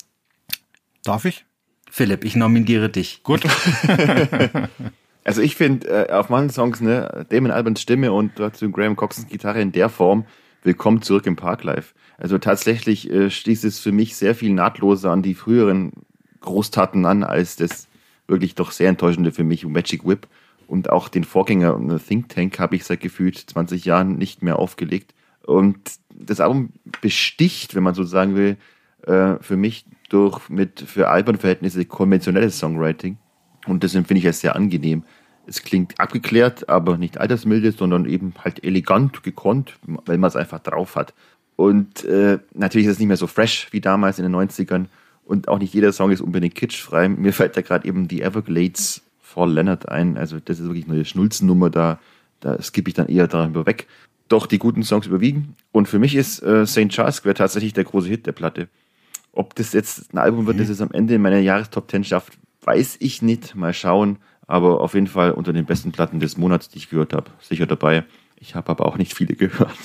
Darf ich? Philipp, ich nominiere dich. Gut. Also ich finde auf manchen Songs, ne, Damon Albans Stimme und dazu Graham Coxons Gitarre in der Form, willkommen zurück im Parklife. Also tatsächlich schließt es für mich sehr viel nahtloser an die früheren Großtaten an, als das wirklich doch sehr enttäuschende für mich Magic Whip. Und auch den Vorgänger Think Tank habe ich seit gefühlt 20 Jahren nicht mehr aufgelegt. Und das Album besticht, wenn man so sagen will, für mich für Album-Verhältnisse konventionelles Songwriting. Und das empfinde ich als sehr angenehm. Es klingt abgeklärt, aber nicht altersmilde, sondern eben halt elegant, gekonnt, weil man es einfach drauf hat. Und natürlich ist es nicht mehr so fresh wie damals in den 90ern. Und auch nicht jeder Song ist unbedingt kitschfrei. Mir fällt da gerade eben die Everglades vor Leonard ein. Also das ist wirklich eine Schnulzennummer, da skippe ich dann eher darüber weg. Doch die guten Songs überwiegen. Und für mich ist St. Charles Square tatsächlich der große Hit der Platte. Ob das jetzt ein Album wird, das es am Ende in meiner Jahrestop 10 schafft, weiß ich nicht. Mal schauen. Aber auf jeden Fall unter den besten Platten des Monats, die ich gehört habe, sicher dabei. Ich habe aber auch nicht viele gehört.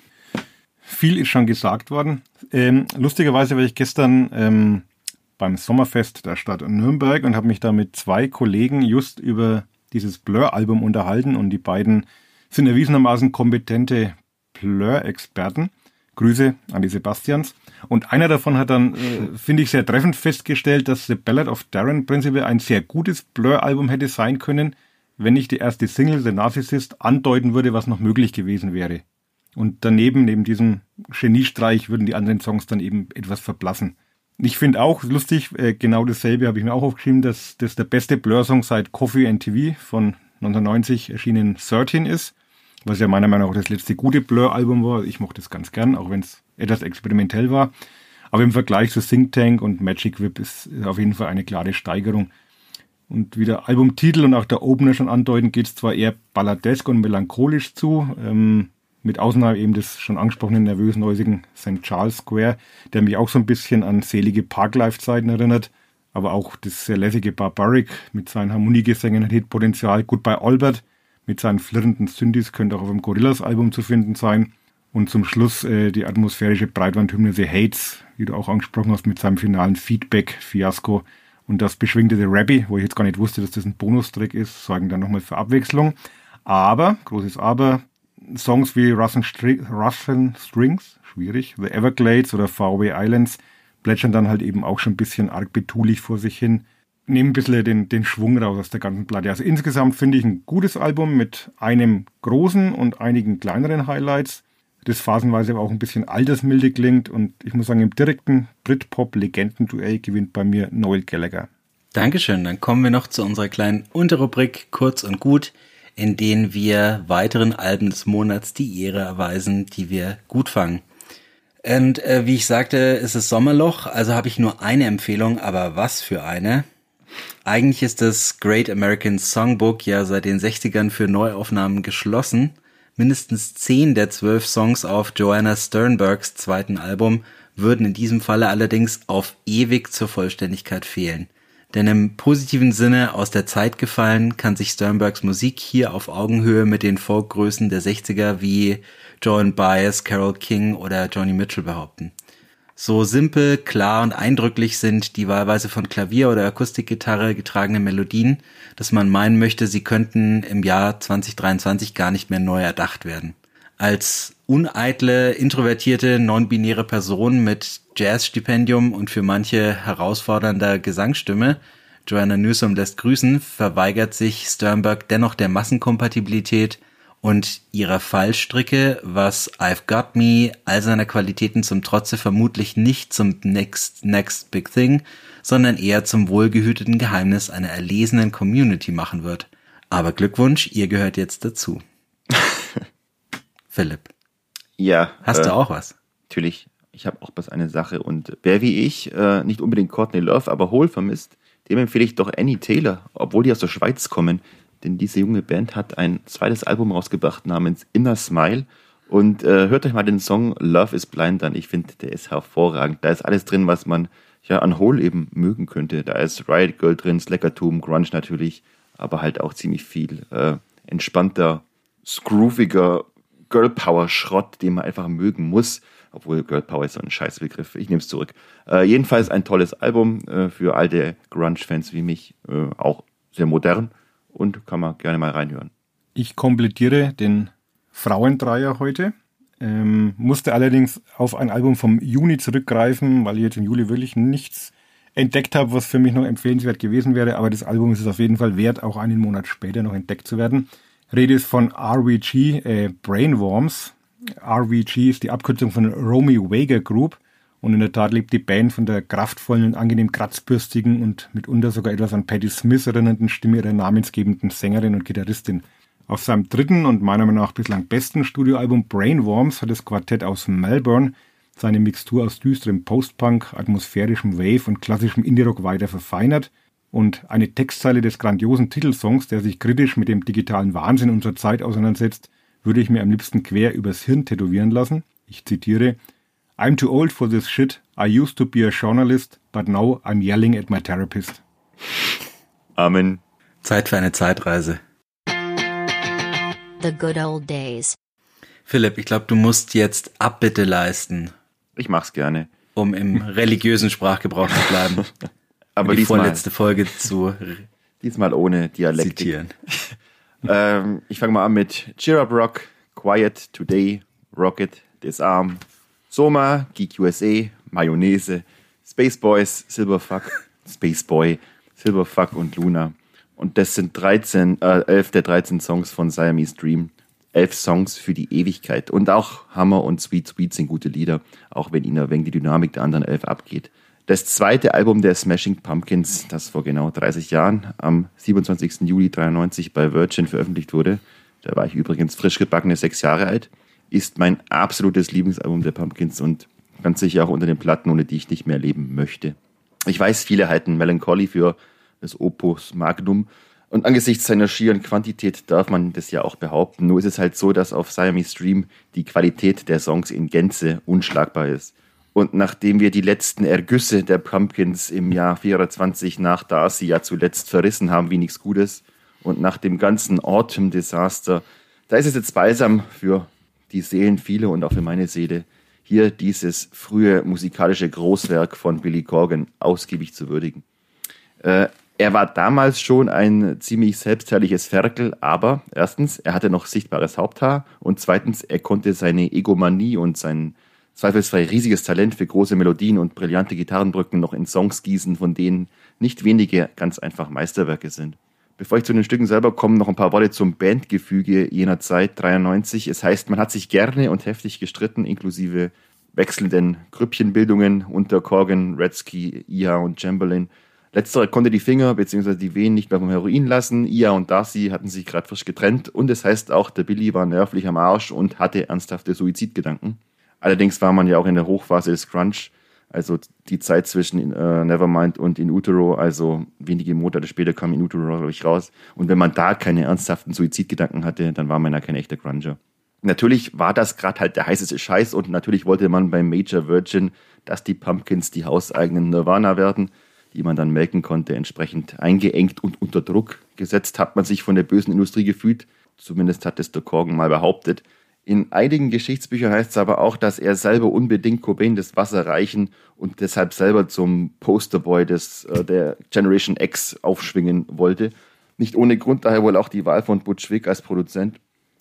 Viel ist schon gesagt worden. Lustigerweise war ich gestern beim Sommerfest der Stadt Nürnberg und habe mich da mit 2 Kollegen just über dieses Blur-Album unterhalten. Und die beiden sind erwiesenermaßen kompetente Blur-Experten. Grüße an die Sebastians. Und einer davon hat dann, finde ich, sehr treffend festgestellt, dass The Ballad of Darren prinzipiell ein sehr gutes Blur-Album hätte sein können, wenn nicht die erste Single, The Narcissist, andeuten würde, was noch möglich gewesen wäre. Und daneben, neben diesem Geniestreich, würden die anderen Songs dann eben etwas verblassen. Ich finde auch lustig, genau dasselbe habe ich mir auch aufgeschrieben, dass das der beste Blur-Song seit Coffee and TV von 1990 erschienen 13 ist. Was ja meiner Meinung nach auch das letzte gute Blur-Album war. Ich mochte es ganz gern, auch wenn es etwas experimentell war. Aber im Vergleich zu Think Tank und Magic Whip ist auf jeden Fall eine klare Steigerung. Und wie der Albumtitel und auch der Opener schon andeuten, geht es zwar eher balladesk und melancholisch zu, mit Ausnahme eben des schon angesprochenen nervös-neusigen St. Charles Square, der mich auch so ein bisschen an selige Parklife-Zeiten erinnert. Aber auch das sehr lässige Barbaric mit seinen Harmoniegesängen hat Hitpotenzial. Goodbye Albert mit seinen flirrenden Synthes könnte auch auf dem Gorillaz-Album zu finden sein. Und zum Schluss die atmosphärische Breitbandhymne The Hates, wie du auch angesprochen hast, mit seinem finalen Feedback-Fiasko. Und das beschwingte The Rabbi, wo ich jetzt gar nicht wusste, dass das ein Bonustrack ist, sorgen dann nochmal für Abwechslung. Aber, großes Aber, Songs wie Russian Strings, schwierig, The Everglades oder Faraway Islands plätschern dann halt eben auch schon ein bisschen arg betulich vor sich hin. Nehmen ein bisschen den Schwung raus aus der ganzen Platte. Also insgesamt finde ich ein gutes Album mit einem großen und einigen kleineren Highlights, das phasenweise aber auch ein bisschen altersmilde klingt. Und ich muss sagen, im direkten Britpop-Legendenduell gewinnt bei mir Noel Gallagher. Dankeschön. Dann kommen wir noch zu unserer kleinen Unterrubrik Kurz und Gut, in denen wir weiteren Alben des Monats die Ehre erweisen, die wir gut fangen. Und wie ich sagte, ist es Sommerloch, also habe ich nur eine Empfehlung, aber was für eine? Eigentlich ist das Great American Songbook ja seit den 60ern für Neuaufnahmen geschlossen. Mindestens 10 der 12 Songs auf Joanna Sternbergs zweiten Album würden in diesem Falle allerdings auf ewig zur Vollständigkeit fehlen. Denn im positiven Sinne aus der Zeit gefallen, kann sich Sternbergs Musik hier auf Augenhöhe mit den Folkgrößen der 60er wie Joan Baez, Carole King oder Joni Mitchell behaupten. So simpel, klar und eindrücklich sind die wahlweise von Klavier oder Akustikgitarre getragenen Melodien, dass man meinen möchte, sie könnten im Jahr 2023 gar nicht mehr neu erdacht werden. Als uneitle, introvertierte, non-binäre Person mit Jazzstipendium und für manche herausfordernder Gesangsstimme, Joanna Newsom lässt grüßen, verweigert sich Sternberg dennoch der Massenkompatibilität und ihrer Fallstricke, was I've Got Me all seiner Qualitäten zum Trotze vermutlich nicht zum next big thing, sondern eher zum wohlgehüteten Geheimnis einer erlesenen Community machen wird. Aber Glückwunsch, ihr gehört jetzt dazu. Philipp. Ja. Hast du auch was? Natürlich. Ich habe auch bloß eine Sache. Und wer wie ich nicht unbedingt Courtney Love, aber Hole vermisst, dem empfehle ich doch Annie Taylor, obwohl die aus der Schweiz kommen. Denn diese junge Band hat ein zweites Album rausgebracht namens Inner Smile. Und hört euch mal den Song Love is Blind an. Ich finde, der ist hervorragend. Da ist alles drin, was man ja an Hole eben mögen könnte. Da ist Riot Girl drin, Slackertum, Grunge natürlich, aber halt auch ziemlich viel entspannter, grooviger Girl Power Schrott, den man einfach mögen muss. Obwohl Girl Power ist so ein Scheißbegriff. Ich nehme es zurück. Jedenfalls ein tolles Album für alte Grunge-Fans wie mich. Auch sehr modern. Und kann man gerne mal reinhören. Ich komplettiere den Frauendreier heute. Musste allerdings auf ein Album vom Juni zurückgreifen, weil ich jetzt im Juli wirklich nichts entdeckt habe, was für mich noch empfehlenswert gewesen wäre. Aber das Album ist es auf jeden Fall wert, auch einen Monat später noch entdeckt zu werden. Rede ist von RVG, Brainworms. RVG ist die Abkürzung von Romy Wager Group. Und in der Tat lebt die Band von der kraftvollen und angenehm kratzbürstigen und mitunter sogar etwas an Patti Smith erinnernden Stimme ihrer namensgebenden Sängerin und Gitarristin. Auf seinem dritten und meiner Meinung nach bislang besten Studioalbum Brainworms hat das Quartett aus Melbourne seine Mixtur aus düsterem Post-Punk, atmosphärischem Wave und klassischem Indie-Rock weiter verfeinert. Und eine Textzeile des grandiosen Titelsongs, der sich kritisch mit dem digitalen Wahnsinn unserer Zeit auseinandersetzt, würde ich mir am liebsten quer übers Hirn tätowieren lassen. Ich zitiere: I'm too old for this shit. I used to be a journalist, but now I'm yelling at my therapist. Amen. Zeit für eine Zeitreise. The good old days. Philipp, ich glaube, du musst jetzt Abbitte leisten, Ich mach's gerne. um im religiösen Sprachgebrauch zu bleiben. Aber die vorletzte Folge zu diesmal ohne Dialektik. zitieren. Ich fange mal an mit Cheer Up Rock, Quiet Today, Rocket, Disarm, Soma, Geek USA, Mayonnaise, Space Boys, Silverfuck, Space Boy, Silverfuck und Luna. Und das sind 11 der 13 Songs von Siamese Dream. 11 Songs für die Ewigkeit. Und auch Hammer und Sweet Sweet sind gute Lieder, auch wenn ihnen ein wenig die Dynamik der anderen 11 abgeht. Das zweite Album der Smashing Pumpkins, das vor genau 30 Jahren am 27. Juli 1993 bei Virgin veröffentlicht wurde, da war ich übrigens frisch gebackene 6 Jahre alt, ist mein absolutes Lieblingsalbum der Pumpkins und ganz sicher auch unter den Platten, ohne die ich nicht mehr leben möchte. Ich weiß, viele halten Melancholy für das Opus Magnum und angesichts seiner schieren Quantität darf man das ja auch behaupten. Nur ist es halt so, dass auf Siamese Dream die Qualität der Songs in Gänze unschlagbar ist. Und nachdem wir die letzten Ergüsse der Pumpkins im Jahr 24 nach Darcy ja zuletzt verrissen haben wie nichts Gutes und nach dem ganzen Autumn-Desaster, da ist es jetzt balsam für die Seelen vieler und auch für meine Seele, hier dieses frühe musikalische Großwerk von Billy Corgan ausgiebig zu würdigen. Er war damals schon ein ziemlich selbstherrliches Ferkel, aber erstens, er hatte noch sichtbares Haupthaar und zweitens, er konnte seine Egomanie und sein zweifelsfrei riesiges Talent für große Melodien und brillante Gitarrenbrücken noch in Songs gießen, von denen nicht wenige ganz einfach Meisterwerke sind. Bevor ich zu den Stücken selber komme, noch ein paar Worte zum Bandgefüge jener Zeit, 93. Es heißt, man hat sich gerne und heftig gestritten, inklusive wechselnden Grüppchenbildungen unter Corgan, Redsky, Iha und Chamberlain. Letzterer konnte die Finger bzw. die Venen nicht mehr vom Heroin lassen. Iha und Darcy hatten sich gerade frisch getrennt. Und es heißt auch, der Billy war nervlich am Arsch und hatte ernsthafte Suizidgedanken. Allerdings war man ja auch in der Hochphase des Grunge, also die Zeit zwischen Nevermind und In Utero, also wenige Monate später kam In Utero, glaube ich, raus. Und wenn man da keine ernsthaften Suizidgedanken hatte, dann war man ja kein echter Grunger. Natürlich war das gerade halt der heißeste Scheiß und natürlich wollte man beim Major Virgin, dass die Pumpkins die hauseigenen Nirvana werden. die man dann melken konnte, entsprechend eingeengt und unter Druck gesetzt hat man sich von der bösen Industrie gefühlt. Zumindest hat es der Corgan mal behauptet. In einigen Geschichtsbüchern heißt es aber auch, dass er selber unbedingt Cobain das Wasser reichen und deshalb selber zum Posterboy der Generation X aufschwingen wollte. Nicht ohne Grund, daher wohl auch die Wahl von Butch Vig als Produzent.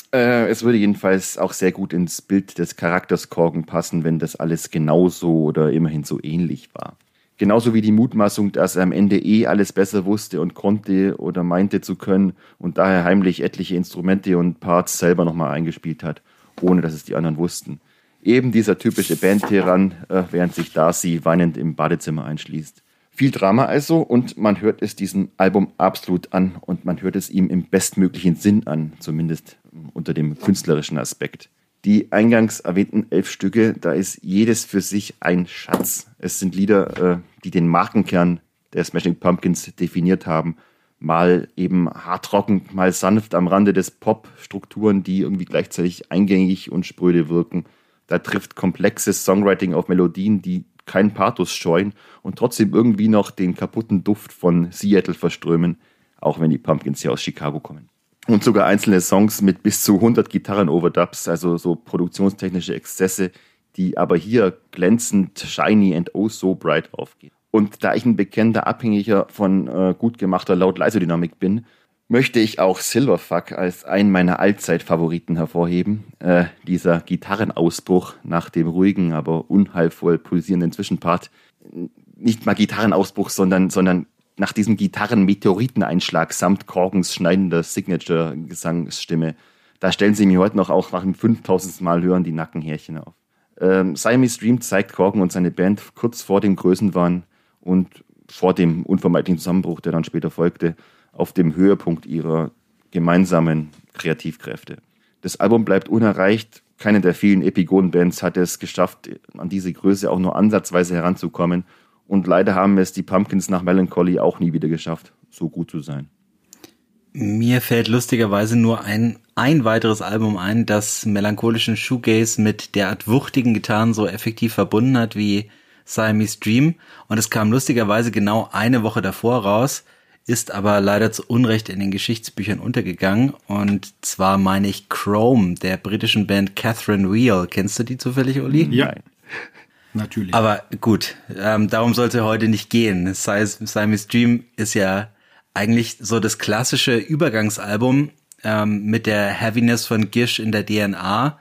Es würde jedenfalls auch sehr gut ins Bild des Charakters Corgan passen, wenn das alles genauso oder immerhin so ähnlich war. Genauso wie die Mutmaßung, dass er am Ende alles besser wusste und konnte oder meinte zu können und daher heimlich etliche Instrumente und Parts selber nochmal eingespielt hat, ohne dass es die anderen wussten. Eben dieser typische Band-Tyrann, während sich Darcy weinend im Badezimmer einschließt. Viel Drama also und man hört es diesem Album absolut an und man hört es ihm im bestmöglichen Sinn an, zumindest unter dem künstlerischen Aspekt. Die eingangs erwähnten 11 Stücke, da ist jedes für sich ein Schatz. Es sind Lieder, die den Markenkern der Smashing Pumpkins definiert haben. Mal eben hartrocken, mal sanft am Rande des Pop, Strukturen, die irgendwie gleichzeitig eingängig und spröde wirken. Da trifft komplexes Songwriting auf Melodien, die keinen Pathos scheuen und trotzdem irgendwie noch den kaputten Duft von Seattle verströmen, auch wenn die Pumpkins ja aus Chicago kommen. Und sogar einzelne Songs mit bis zu 100 Gitarren-Overdubs, also so produktionstechnische Exzesse, die aber hier glänzend, shiny and oh so bright aufgehen. Und da ich ein bekennender Abhängiger von gut gemachter Laut-Leise-Dynamik bin, möchte ich auch Silverfuck als einen meiner Allzeit-Favoriten hervorheben. Dieser Gitarrenausbruch nach dem ruhigen, aber unheilvoll pulsierenden Zwischenpart. Nicht mal Gitarrenausbruch, sondern nach diesem Gitarren-Meteoriteneinschlag samt Corgans schneidender Signature-Gesangsstimme. Da stellen sie mir heute noch auch nach dem 5000. Mal hören die Nackenhärchen auf. Siamese Dream zeigt Corgan und seine Band kurz vor dem Größenwahn und vor dem unvermeidlichen Zusammenbruch, der dann später folgte, auf dem Höhepunkt ihrer gemeinsamen Kreativkräfte. Das Album bleibt unerreicht. Keine der vielen Epigonen-Bands hat es geschafft, an diese Größe auch nur ansatzweise heranzukommen. Und leider haben es die Pumpkins nach Melancholy auch nie wieder geschafft, so gut zu sein. Mir fällt lustigerweise nur ein weiteres Album ein, das melancholischen Shoegaze mit derart wuchtigen Gitarren so effektiv verbunden hat wie Siamese Dream. Und es kam lustigerweise genau eine Woche davor raus, ist aber leider zu Unrecht in den Geschichtsbüchern untergegangen. Und zwar meine ich Chrome, der britischen Band Catherine Wheel. Kennst du die zufällig, Uli? Ja, natürlich. Aber gut, darum sollte heute nicht gehen. Siamese Dream ist ja eigentlich so das klassische Übergangsalbum mit der Heaviness von Gish in der DNA.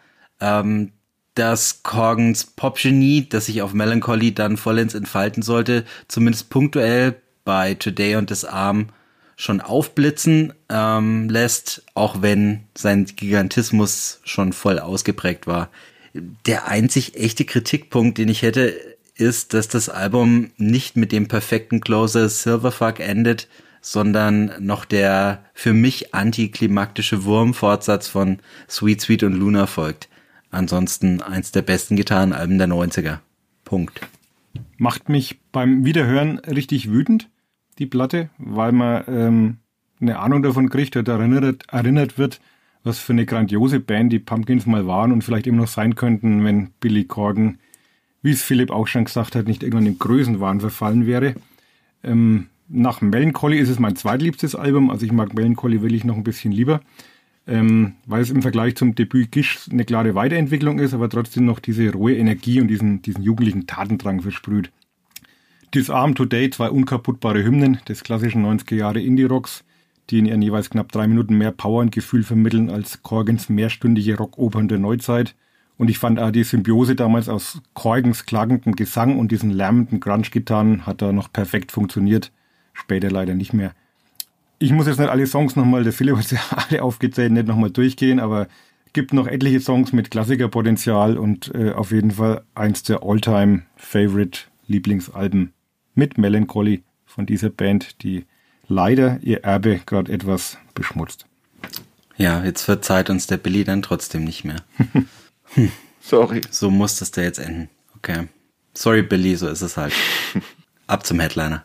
Das Corgans Popgenie, das sich auf Melancholy dann vollends entfalten sollte, zumindest punktuell bei Today und Disarm schon aufblitzen lässt, auch wenn sein Gigantismus schon voll ausgeprägt war. Der einzig echte Kritikpunkt, den ich hätte, ist, dass das Album nicht mit dem perfekten Closer Silverfuck endet, sondern noch der für mich antiklimaktische Wurmfortsatz von Sweet Sweet und Luna folgt. Ansonsten eins der besten Gitarrenalben der 90er. Punkt. Macht mich beim Wiederhören richtig wütend, die Platte, weil man eine Ahnung davon kriegt oder erinnert wird, was für eine grandiose Band die Pumpkins mal waren und vielleicht immer noch sein könnten, wenn Billy Corgan, wie es Philipp auch schon gesagt hat, nicht irgendwann im Größenwahn verfallen wäre. Nach Melancholy ist es mein zweitliebstes Album, also ich mag Melancholy wirklich noch ein bisschen lieber, weil es im Vergleich zum Debüt Gish eine klare Weiterentwicklung ist, aber trotzdem noch diese rohe Energie und diesen jugendlichen Tatendrang versprüht. Disarm Today, 2 unkaputtbare Hymnen des klassischen 90er Jahre Indie-Rocks, die in ihren jeweils knapp 3 Minuten mehr Power und Gefühl vermitteln als Corgans mehrstündige Rockopern der Neuzeit. Und ich fand auch die Symbiose damals aus Corgans klagendem Gesang und diesen lärmenden Grunge-Gitarren hat da noch perfekt funktioniert. Später leider nicht mehr. Ich muss jetzt nicht alle Songs nochmal, der Philipp hat sie alle aufgezählt, nicht nochmal durchgehen, aber gibt noch etliche Songs mit Klassikerpotenzial und auf jeden Fall eins der All-Time-Favorite-Lieblingsalben mit Melancholy von dieser Band, die leider ihr Erbe gerade etwas beschmutzt. Ja, jetzt verzeiht uns der Billy dann trotzdem nicht mehr. Sorry. So muss das da jetzt enden. Okay. Sorry, Billy, so ist es halt. Ab zum Headliner.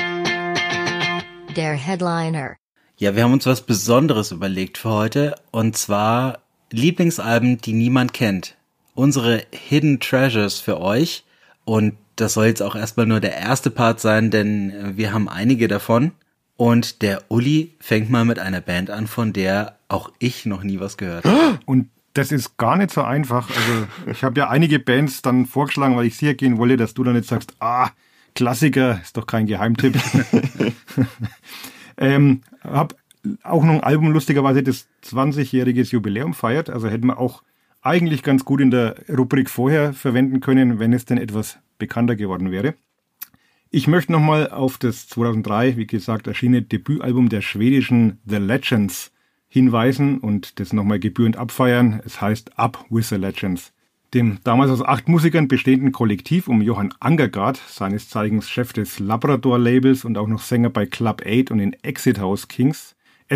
Der Headliner. Ja, wir haben uns was Besonderes überlegt für heute. Und zwar Lieblingsalben, die niemand kennt. Unsere Hidden Treasures für euch. Und das soll jetzt auch erstmal nur der erste Part sein, denn wir haben einige davon. Und der Uli fängt mal mit einer Band an, von der auch ich noch nie was gehört habe. Und das ist gar nicht so einfach. Also ich habe ja einige Bands dann vorgeschlagen, weil ich sicher gehen wollte, dass du dann nicht sagst, Klassiker, ist doch kein Geheimtipp. Hab auch noch ein Album lustigerweise das 20-jähriges Jubiläum feiert. Also hätten wir auch eigentlich ganz gut in der Rubrik vorher verwenden können, wenn es denn etwas bekannter geworden wäre. Ich möchte nochmal auf das 2003, wie gesagt, erschienene Debütalbum der schwedischen The Legends hinweisen und das nochmal gebührend abfeiern. Es heißt Up with the Legends. Dem damals aus 8 Musikern bestehenden Kollektiv um Johan Angergaard, seines Zeichens Chef des Labrador-Labels und auch noch Sänger bei Club 8 und den Acid House Kings,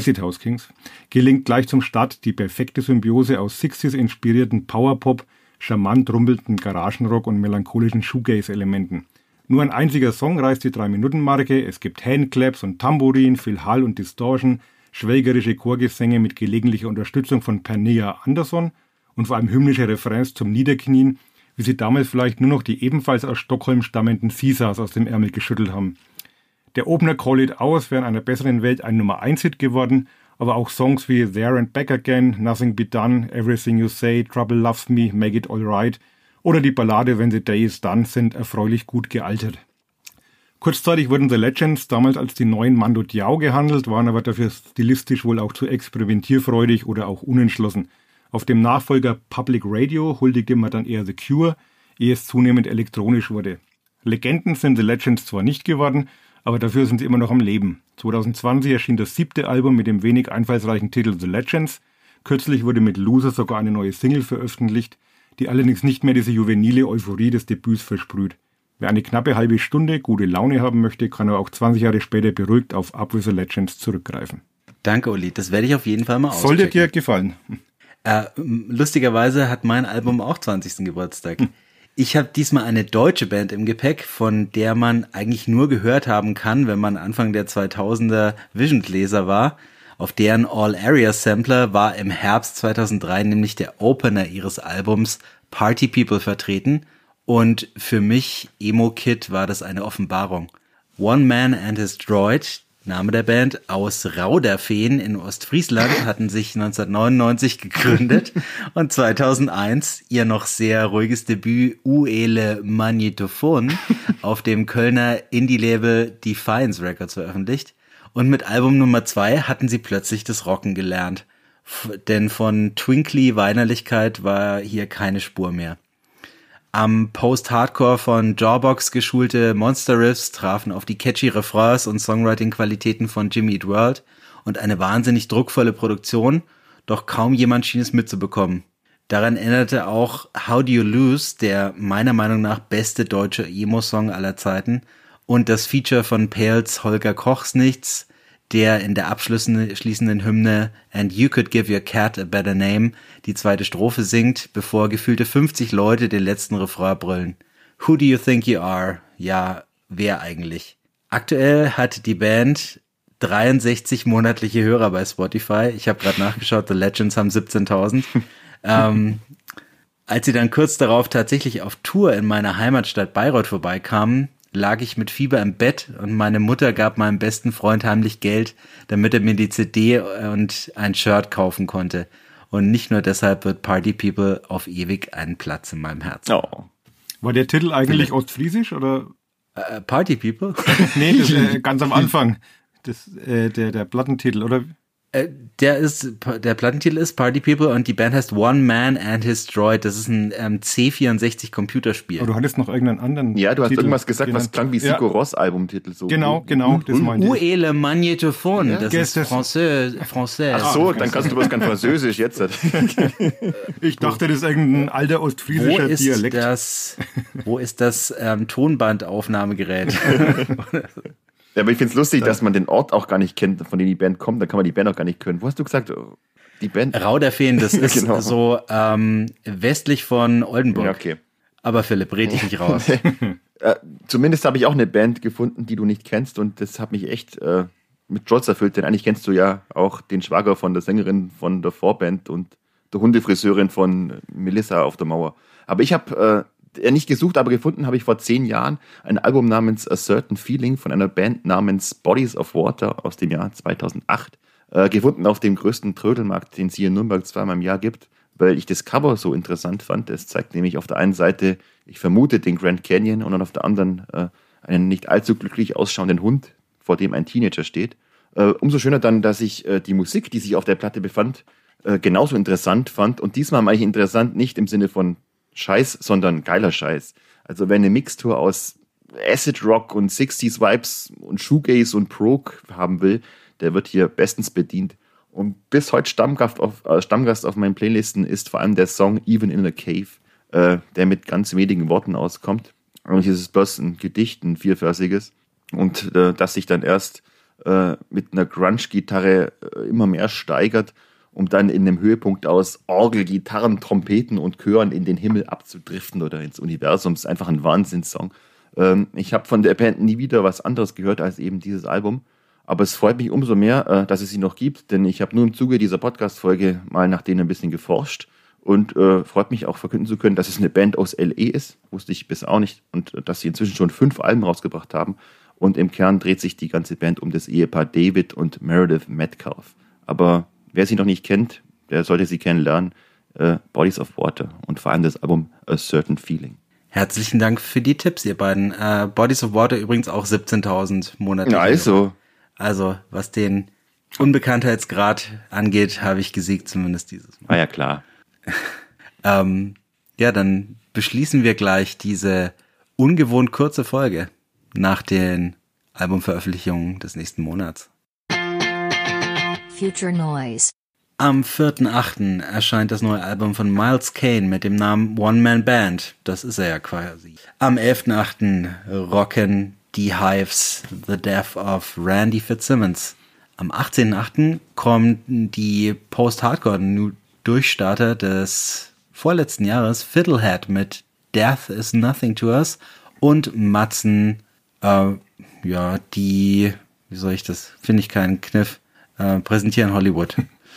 gelingt gleich zum Start die perfekte Symbiose aus 60s inspirierten Powerpop, charmant rumpelnden Garagenrock und melancholischen Shoegaze-Elementen. Nur ein einziger Song reißt die 3-Minuten-Marke, es gibt Handclaps und Tambourin, viel Hall und Distortion, schwelgerische Chorgesänge mit gelegentlicher Unterstützung von Pernilla Andersson und vor allem hymnische Refrains zum Niederknien, wie sie damals vielleicht nur noch die ebenfalls aus Stockholm stammenden Caesars aus dem Ärmel geschüttelt haben. Der Opener Call It Out wäre in einer besseren Welt ein Nummer-1-Hit geworden, aber auch Songs wie There and Back Again, Nothing Be Done, Everything You Say, Trouble Loves Me, Make It Alright oder die Ballade When the Day Is Done sind erfreulich gut gealtert. Kurzzeitig wurden The Legends damals als die neuen Mando Diao gehandelt, waren aber dafür stilistisch wohl auch zu experimentierfreudig oder auch unentschlossen. Auf dem Nachfolger Public Radio huldigte man dann eher The Cure, ehe es zunehmend elektronisch wurde. Legenden sind The Legends zwar nicht geworden, aber dafür sind sie immer noch am Leben. 2020 erschien das 7. Album mit dem wenig einfallsreichen Titel The Legends. Kürzlich wurde mit Loser sogar eine neue Single veröffentlicht, die allerdings nicht mehr diese juvenile Euphorie des Debüts versprüht. Wer eine knappe halbe Stunde gute Laune haben möchte, kann aber auch 20 Jahre später beruhigt auf Up with the Legends zurückgreifen. Danke, Uli. Das werde ich auf jeden Fall mal auschecken. Sollte dir gefallen. Lustigerweise hat mein Album auch 20. Geburtstag. Ich habe diesmal eine deutsche Band im Gepäck, von der man eigentlich nur gehört haben kann, wenn man Anfang der 2000er Vision-Leser war. Auf deren All-Area-Sampler war im Herbst 2003 nämlich der Opener ihres Albums Party People vertreten. Und für mich, Emo-Kid, war das eine Offenbarung. One Man and His Droid, Name der Band, aus Rauderfehn in Ostfriesland, hatten sich 1999 gegründet und 2001 ihr noch sehr ruhiges Debüt Uele Magnetophon auf dem Kölner Indie-Label Defiance Records veröffentlicht. Und mit Album Nummer 2 hatten sie plötzlich das Rocken gelernt. Denn von Twinkly Weinerlichkeit war hier keine Spur mehr. Am Post-Hardcore von Jawbox geschulte Monster-Riffs trafen auf die catchy Refrains und Songwriting-Qualitäten von Jimmy Eat World und eine wahnsinnig druckvolle Produktion, doch kaum jemand schien es mitzubekommen. Daran erinnerte auch How Do You Lose, der meiner Meinung nach beste deutsche Emo-Song aller Zeiten, und das Feature von Pales Holger Kochsnichts, der in der abschließenden Hymne And You Could Give Your Cat a Better Name die zweite Strophe singt, bevor gefühlte 50 Leute den letzten Refrain brüllen. Who do you think you are? Ja, wer eigentlich? Aktuell hat die Band 63 monatliche Hörer bei Spotify. Ich habe gerade nachgeschaut, The Legends haben 17.000. Als sie dann kurz darauf tatsächlich auf Tour in meiner Heimatstadt Bayreuth vorbeikamen, lag ich mit Fieber im Bett und meine Mutter gab meinem besten Freund heimlich Geld, damit er mir die CD und ein Shirt kaufen konnte. Und nicht nur deshalb wird Party People auf ewig einen Platz in meinem Herzen. Oh. War der Titel eigentlich ostfriesisch oder? Party People? Nee, das, ganz am Anfang. Der Plattentitel, oder? Der Plattentitel ist Party People und die Band heißt One Man and His Droid. Das ist ein C64 Computerspiel. Aber du hattest noch irgendeinen anderen. Ja, du hast Titel irgendwas gesagt, genannt. Was klang wie Sigur Rós Albumtitel. So. Genau, das meinte ich. Où est le magnétophone? Ja, das ist Français. Ach so, dann kannst du was ganz Französisch jetzt. Ich dachte, das ist irgendein alter ostfriesischer Dialekt. Wo ist das Tonbandaufnahmegerät? Ja, aber ich find's lustig, dass man den Ort auch gar nicht kennt, von dem die Band kommt. Dann kann man die Band auch gar nicht können. Wo hast du gesagt? Die Band? Rauderfehn, das ist Genau. so westlich von Oldenburg. Ja, okay. Aber Philipp, red dich nicht raus. Zumindest habe ich auch eine Band gefunden, die du nicht kennst. Und das hat mich echt mit Stolz erfüllt. Denn eigentlich kennst du ja auch den Schwager von der Sängerin von der Vorband und der Hundefriseurin von Melissa auf der Mauer. Aber ich habe nicht gesucht, aber gefunden habe ich vor 10 Jahren ein Album namens A Certain Feeling von einer Band namens Bodies of Water aus dem Jahr 2008. Gefunden auf dem größten Trödelmarkt, den es hier in Nürnberg zweimal im Jahr gibt, weil ich das Cover so interessant fand. Es zeigt nämlich auf der einen Seite, ich vermute, den Grand Canyon und dann auf der anderen einen nicht allzu glücklich ausschauenden Hund, vor dem ein Teenager steht. Umso schöner dann, dass ich die Musik, die sich auf der Platte befand, genauso interessant fand. Und diesmal meine ich interessant nicht im Sinne von Scheiß, sondern geiler Scheiß. Also wer eine Mixtur aus Acid Rock und 60s Vibes und Shoegaze und Prog haben will, der wird hier bestens bedient. Und bis heute Stammgast auf meinen Playlisten ist vor allem der Song Even in a Cave, der mit ganz wenigen Worten auskommt. Eigentlich ist es bloß ein Gedicht, ein vierversiges. Und das sich dann erst mit einer Grunge-Gitarre immer mehr steigert, um dann in dem Höhepunkt aus Orgel, Gitarren, Trompeten und Chören in den Himmel abzudriften oder ins Universum. Das ist einfach ein Wahnsinnssong. Ich habe von der Band nie wieder was anderes gehört als eben dieses Album. Aber es freut mich umso mehr, dass es sie noch gibt, denn ich habe nur im Zuge dieser Podcast-Folge mal nach denen ein bisschen geforscht und freut mich auch verkünden zu können, dass es eine Band aus L.A. ist, wusste ich bis auch nicht, und dass sie inzwischen schon 5 Alben rausgebracht haben und im Kern dreht sich die ganze Band um das Ehepaar David und Meredith Metcalf. Aber wer sie noch nicht kennt, der sollte sie kennenlernen, Bodies of Water und vor allem das Album A Certain Feeling. Herzlichen Dank für die Tipps, ihr beiden. Bodies of Water übrigens auch 17.000 monatlich. Also, was den Unbekanntheitsgrad angeht, habe ich gesiegt, zumindest dieses Mal. Ah ja, klar. Ja, dann beschließen wir gleich diese ungewohnt kurze Folge nach den Albumveröffentlichungen des nächsten Monats. Future Noise. Am 4.8. erscheint das neue Album von Miles Kane mit dem Namen One Man Band. Das ist er ja quasi. Am 11.8. rocken die Hives The Death of Randy Fitzsimmons. Am 18.8. kommen die Post-Hardcore-Durchstarter des vorletzten Jahres, Fiddlehead mit Death is Nothing to Us und Matzen, wie soll ich das, finde ich keinen Kniff, präsentieren Hollywood.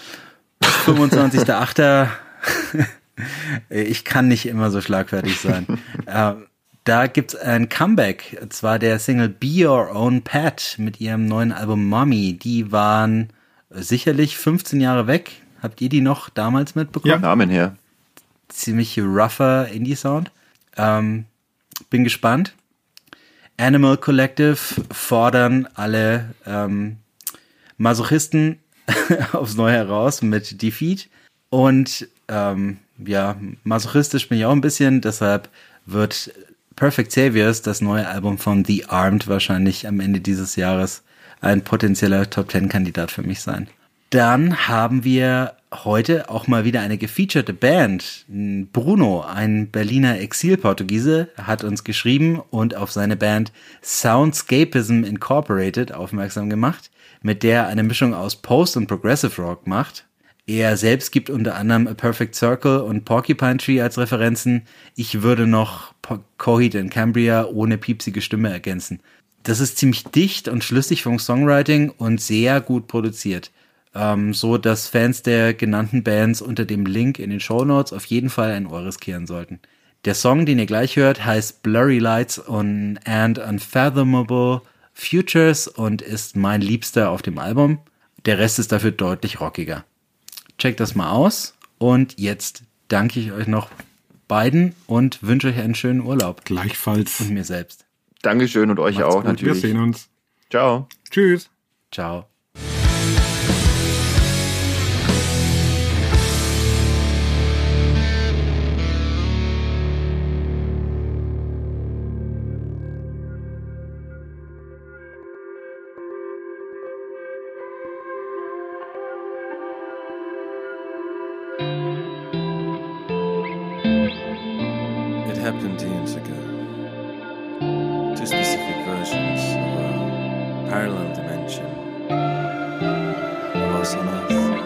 25.8. Ich kann nicht immer so schlagfertig sein. Da gibt's ein Comeback, und zwar der Single Be Your Own Pet mit ihrem neuen Album Mommy. Die waren sicherlich 15 Jahre weg. Habt ihr die noch damals mitbekommen? Ja, Namen her. Ziemlich rougher Indie-Sound. Bin gespannt. Animal Collective fordern alle Masochisten aufs Neue heraus mit Defeat. Und masochistisch bin ich auch ein bisschen, deshalb wird Perfect Saviors, das neue Album von The Armed, wahrscheinlich am Ende dieses Jahres ein potenzieller Top-10-Kandidat für mich sein. Dann haben wir heute auch mal wieder eine gefeaturete Band. Bruno, ein Berliner Exil-Portugiese, hat uns geschrieben und auf seine Band Soundscapism Incorporated aufmerksam gemacht, mit der er eine Mischung aus Post- und Progressive Rock macht. Er selbst gibt unter anderem A Perfect Circle und Porcupine Tree als Referenzen. Ich würde noch Coheed and Cambria ohne piepsige Stimme ergänzen. Das ist ziemlich dicht und schlüssig vom Songwriting und sehr gut produziert. So dass Fans der genannten Bands unter dem Link in den Shownotes auf jeden Fall ein Ohr riskieren sollten. Der Song, den ihr gleich hört, heißt Blurry Lights and Unfathomable Futures und ist mein Liebster auf dem Album. Der Rest ist dafür deutlich rockiger. Checkt das mal aus und jetzt danke ich euch noch beiden und wünsche euch einen schönen Urlaub. Gleichfalls. Und mir selbst. Dankeschön und euch Macht's auch gut. natürlich. Wir sehen uns. Ciao. Tschüss. Ciao. It happened years ago. 2 specific versions of a parallel dimension of us on Earth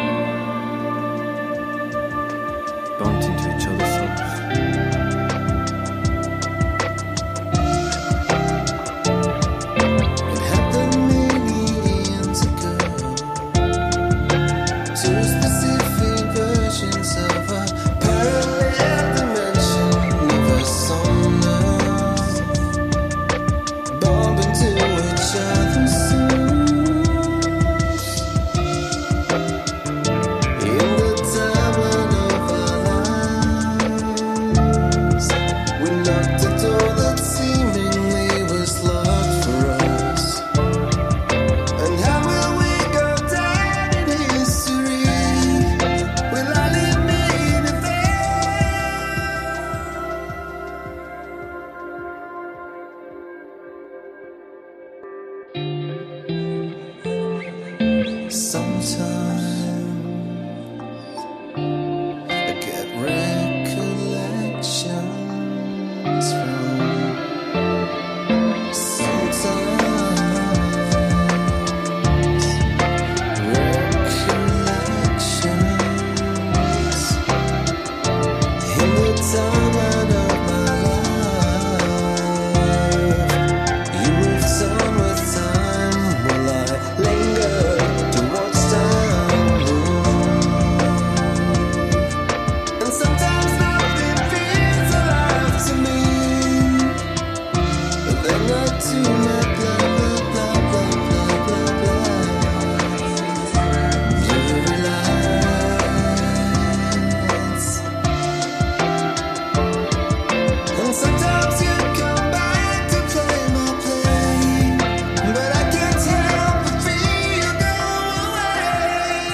bumped into each other's souls. It happened many years ago. 2 specific versions of a parallel dimension of us. time. I get recollections from sometimes recollections in the timeline of my life. You have done with time. Will I linger to watch time move? And sometimes nothing feels alive to me. And then I do my blah blah blah blah blah blah blah. Blue lights. And sometimes you come back to play my play, but I can't help but feel you go away.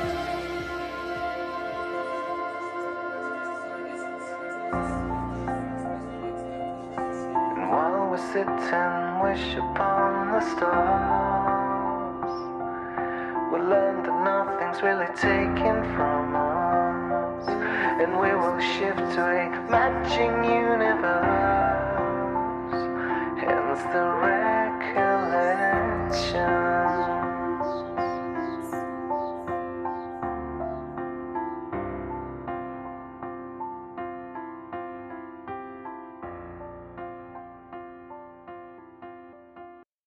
And while we sit and wish upon the stars, we learn that nothing's really taken from us, and we will shift to a matching universe. Hence the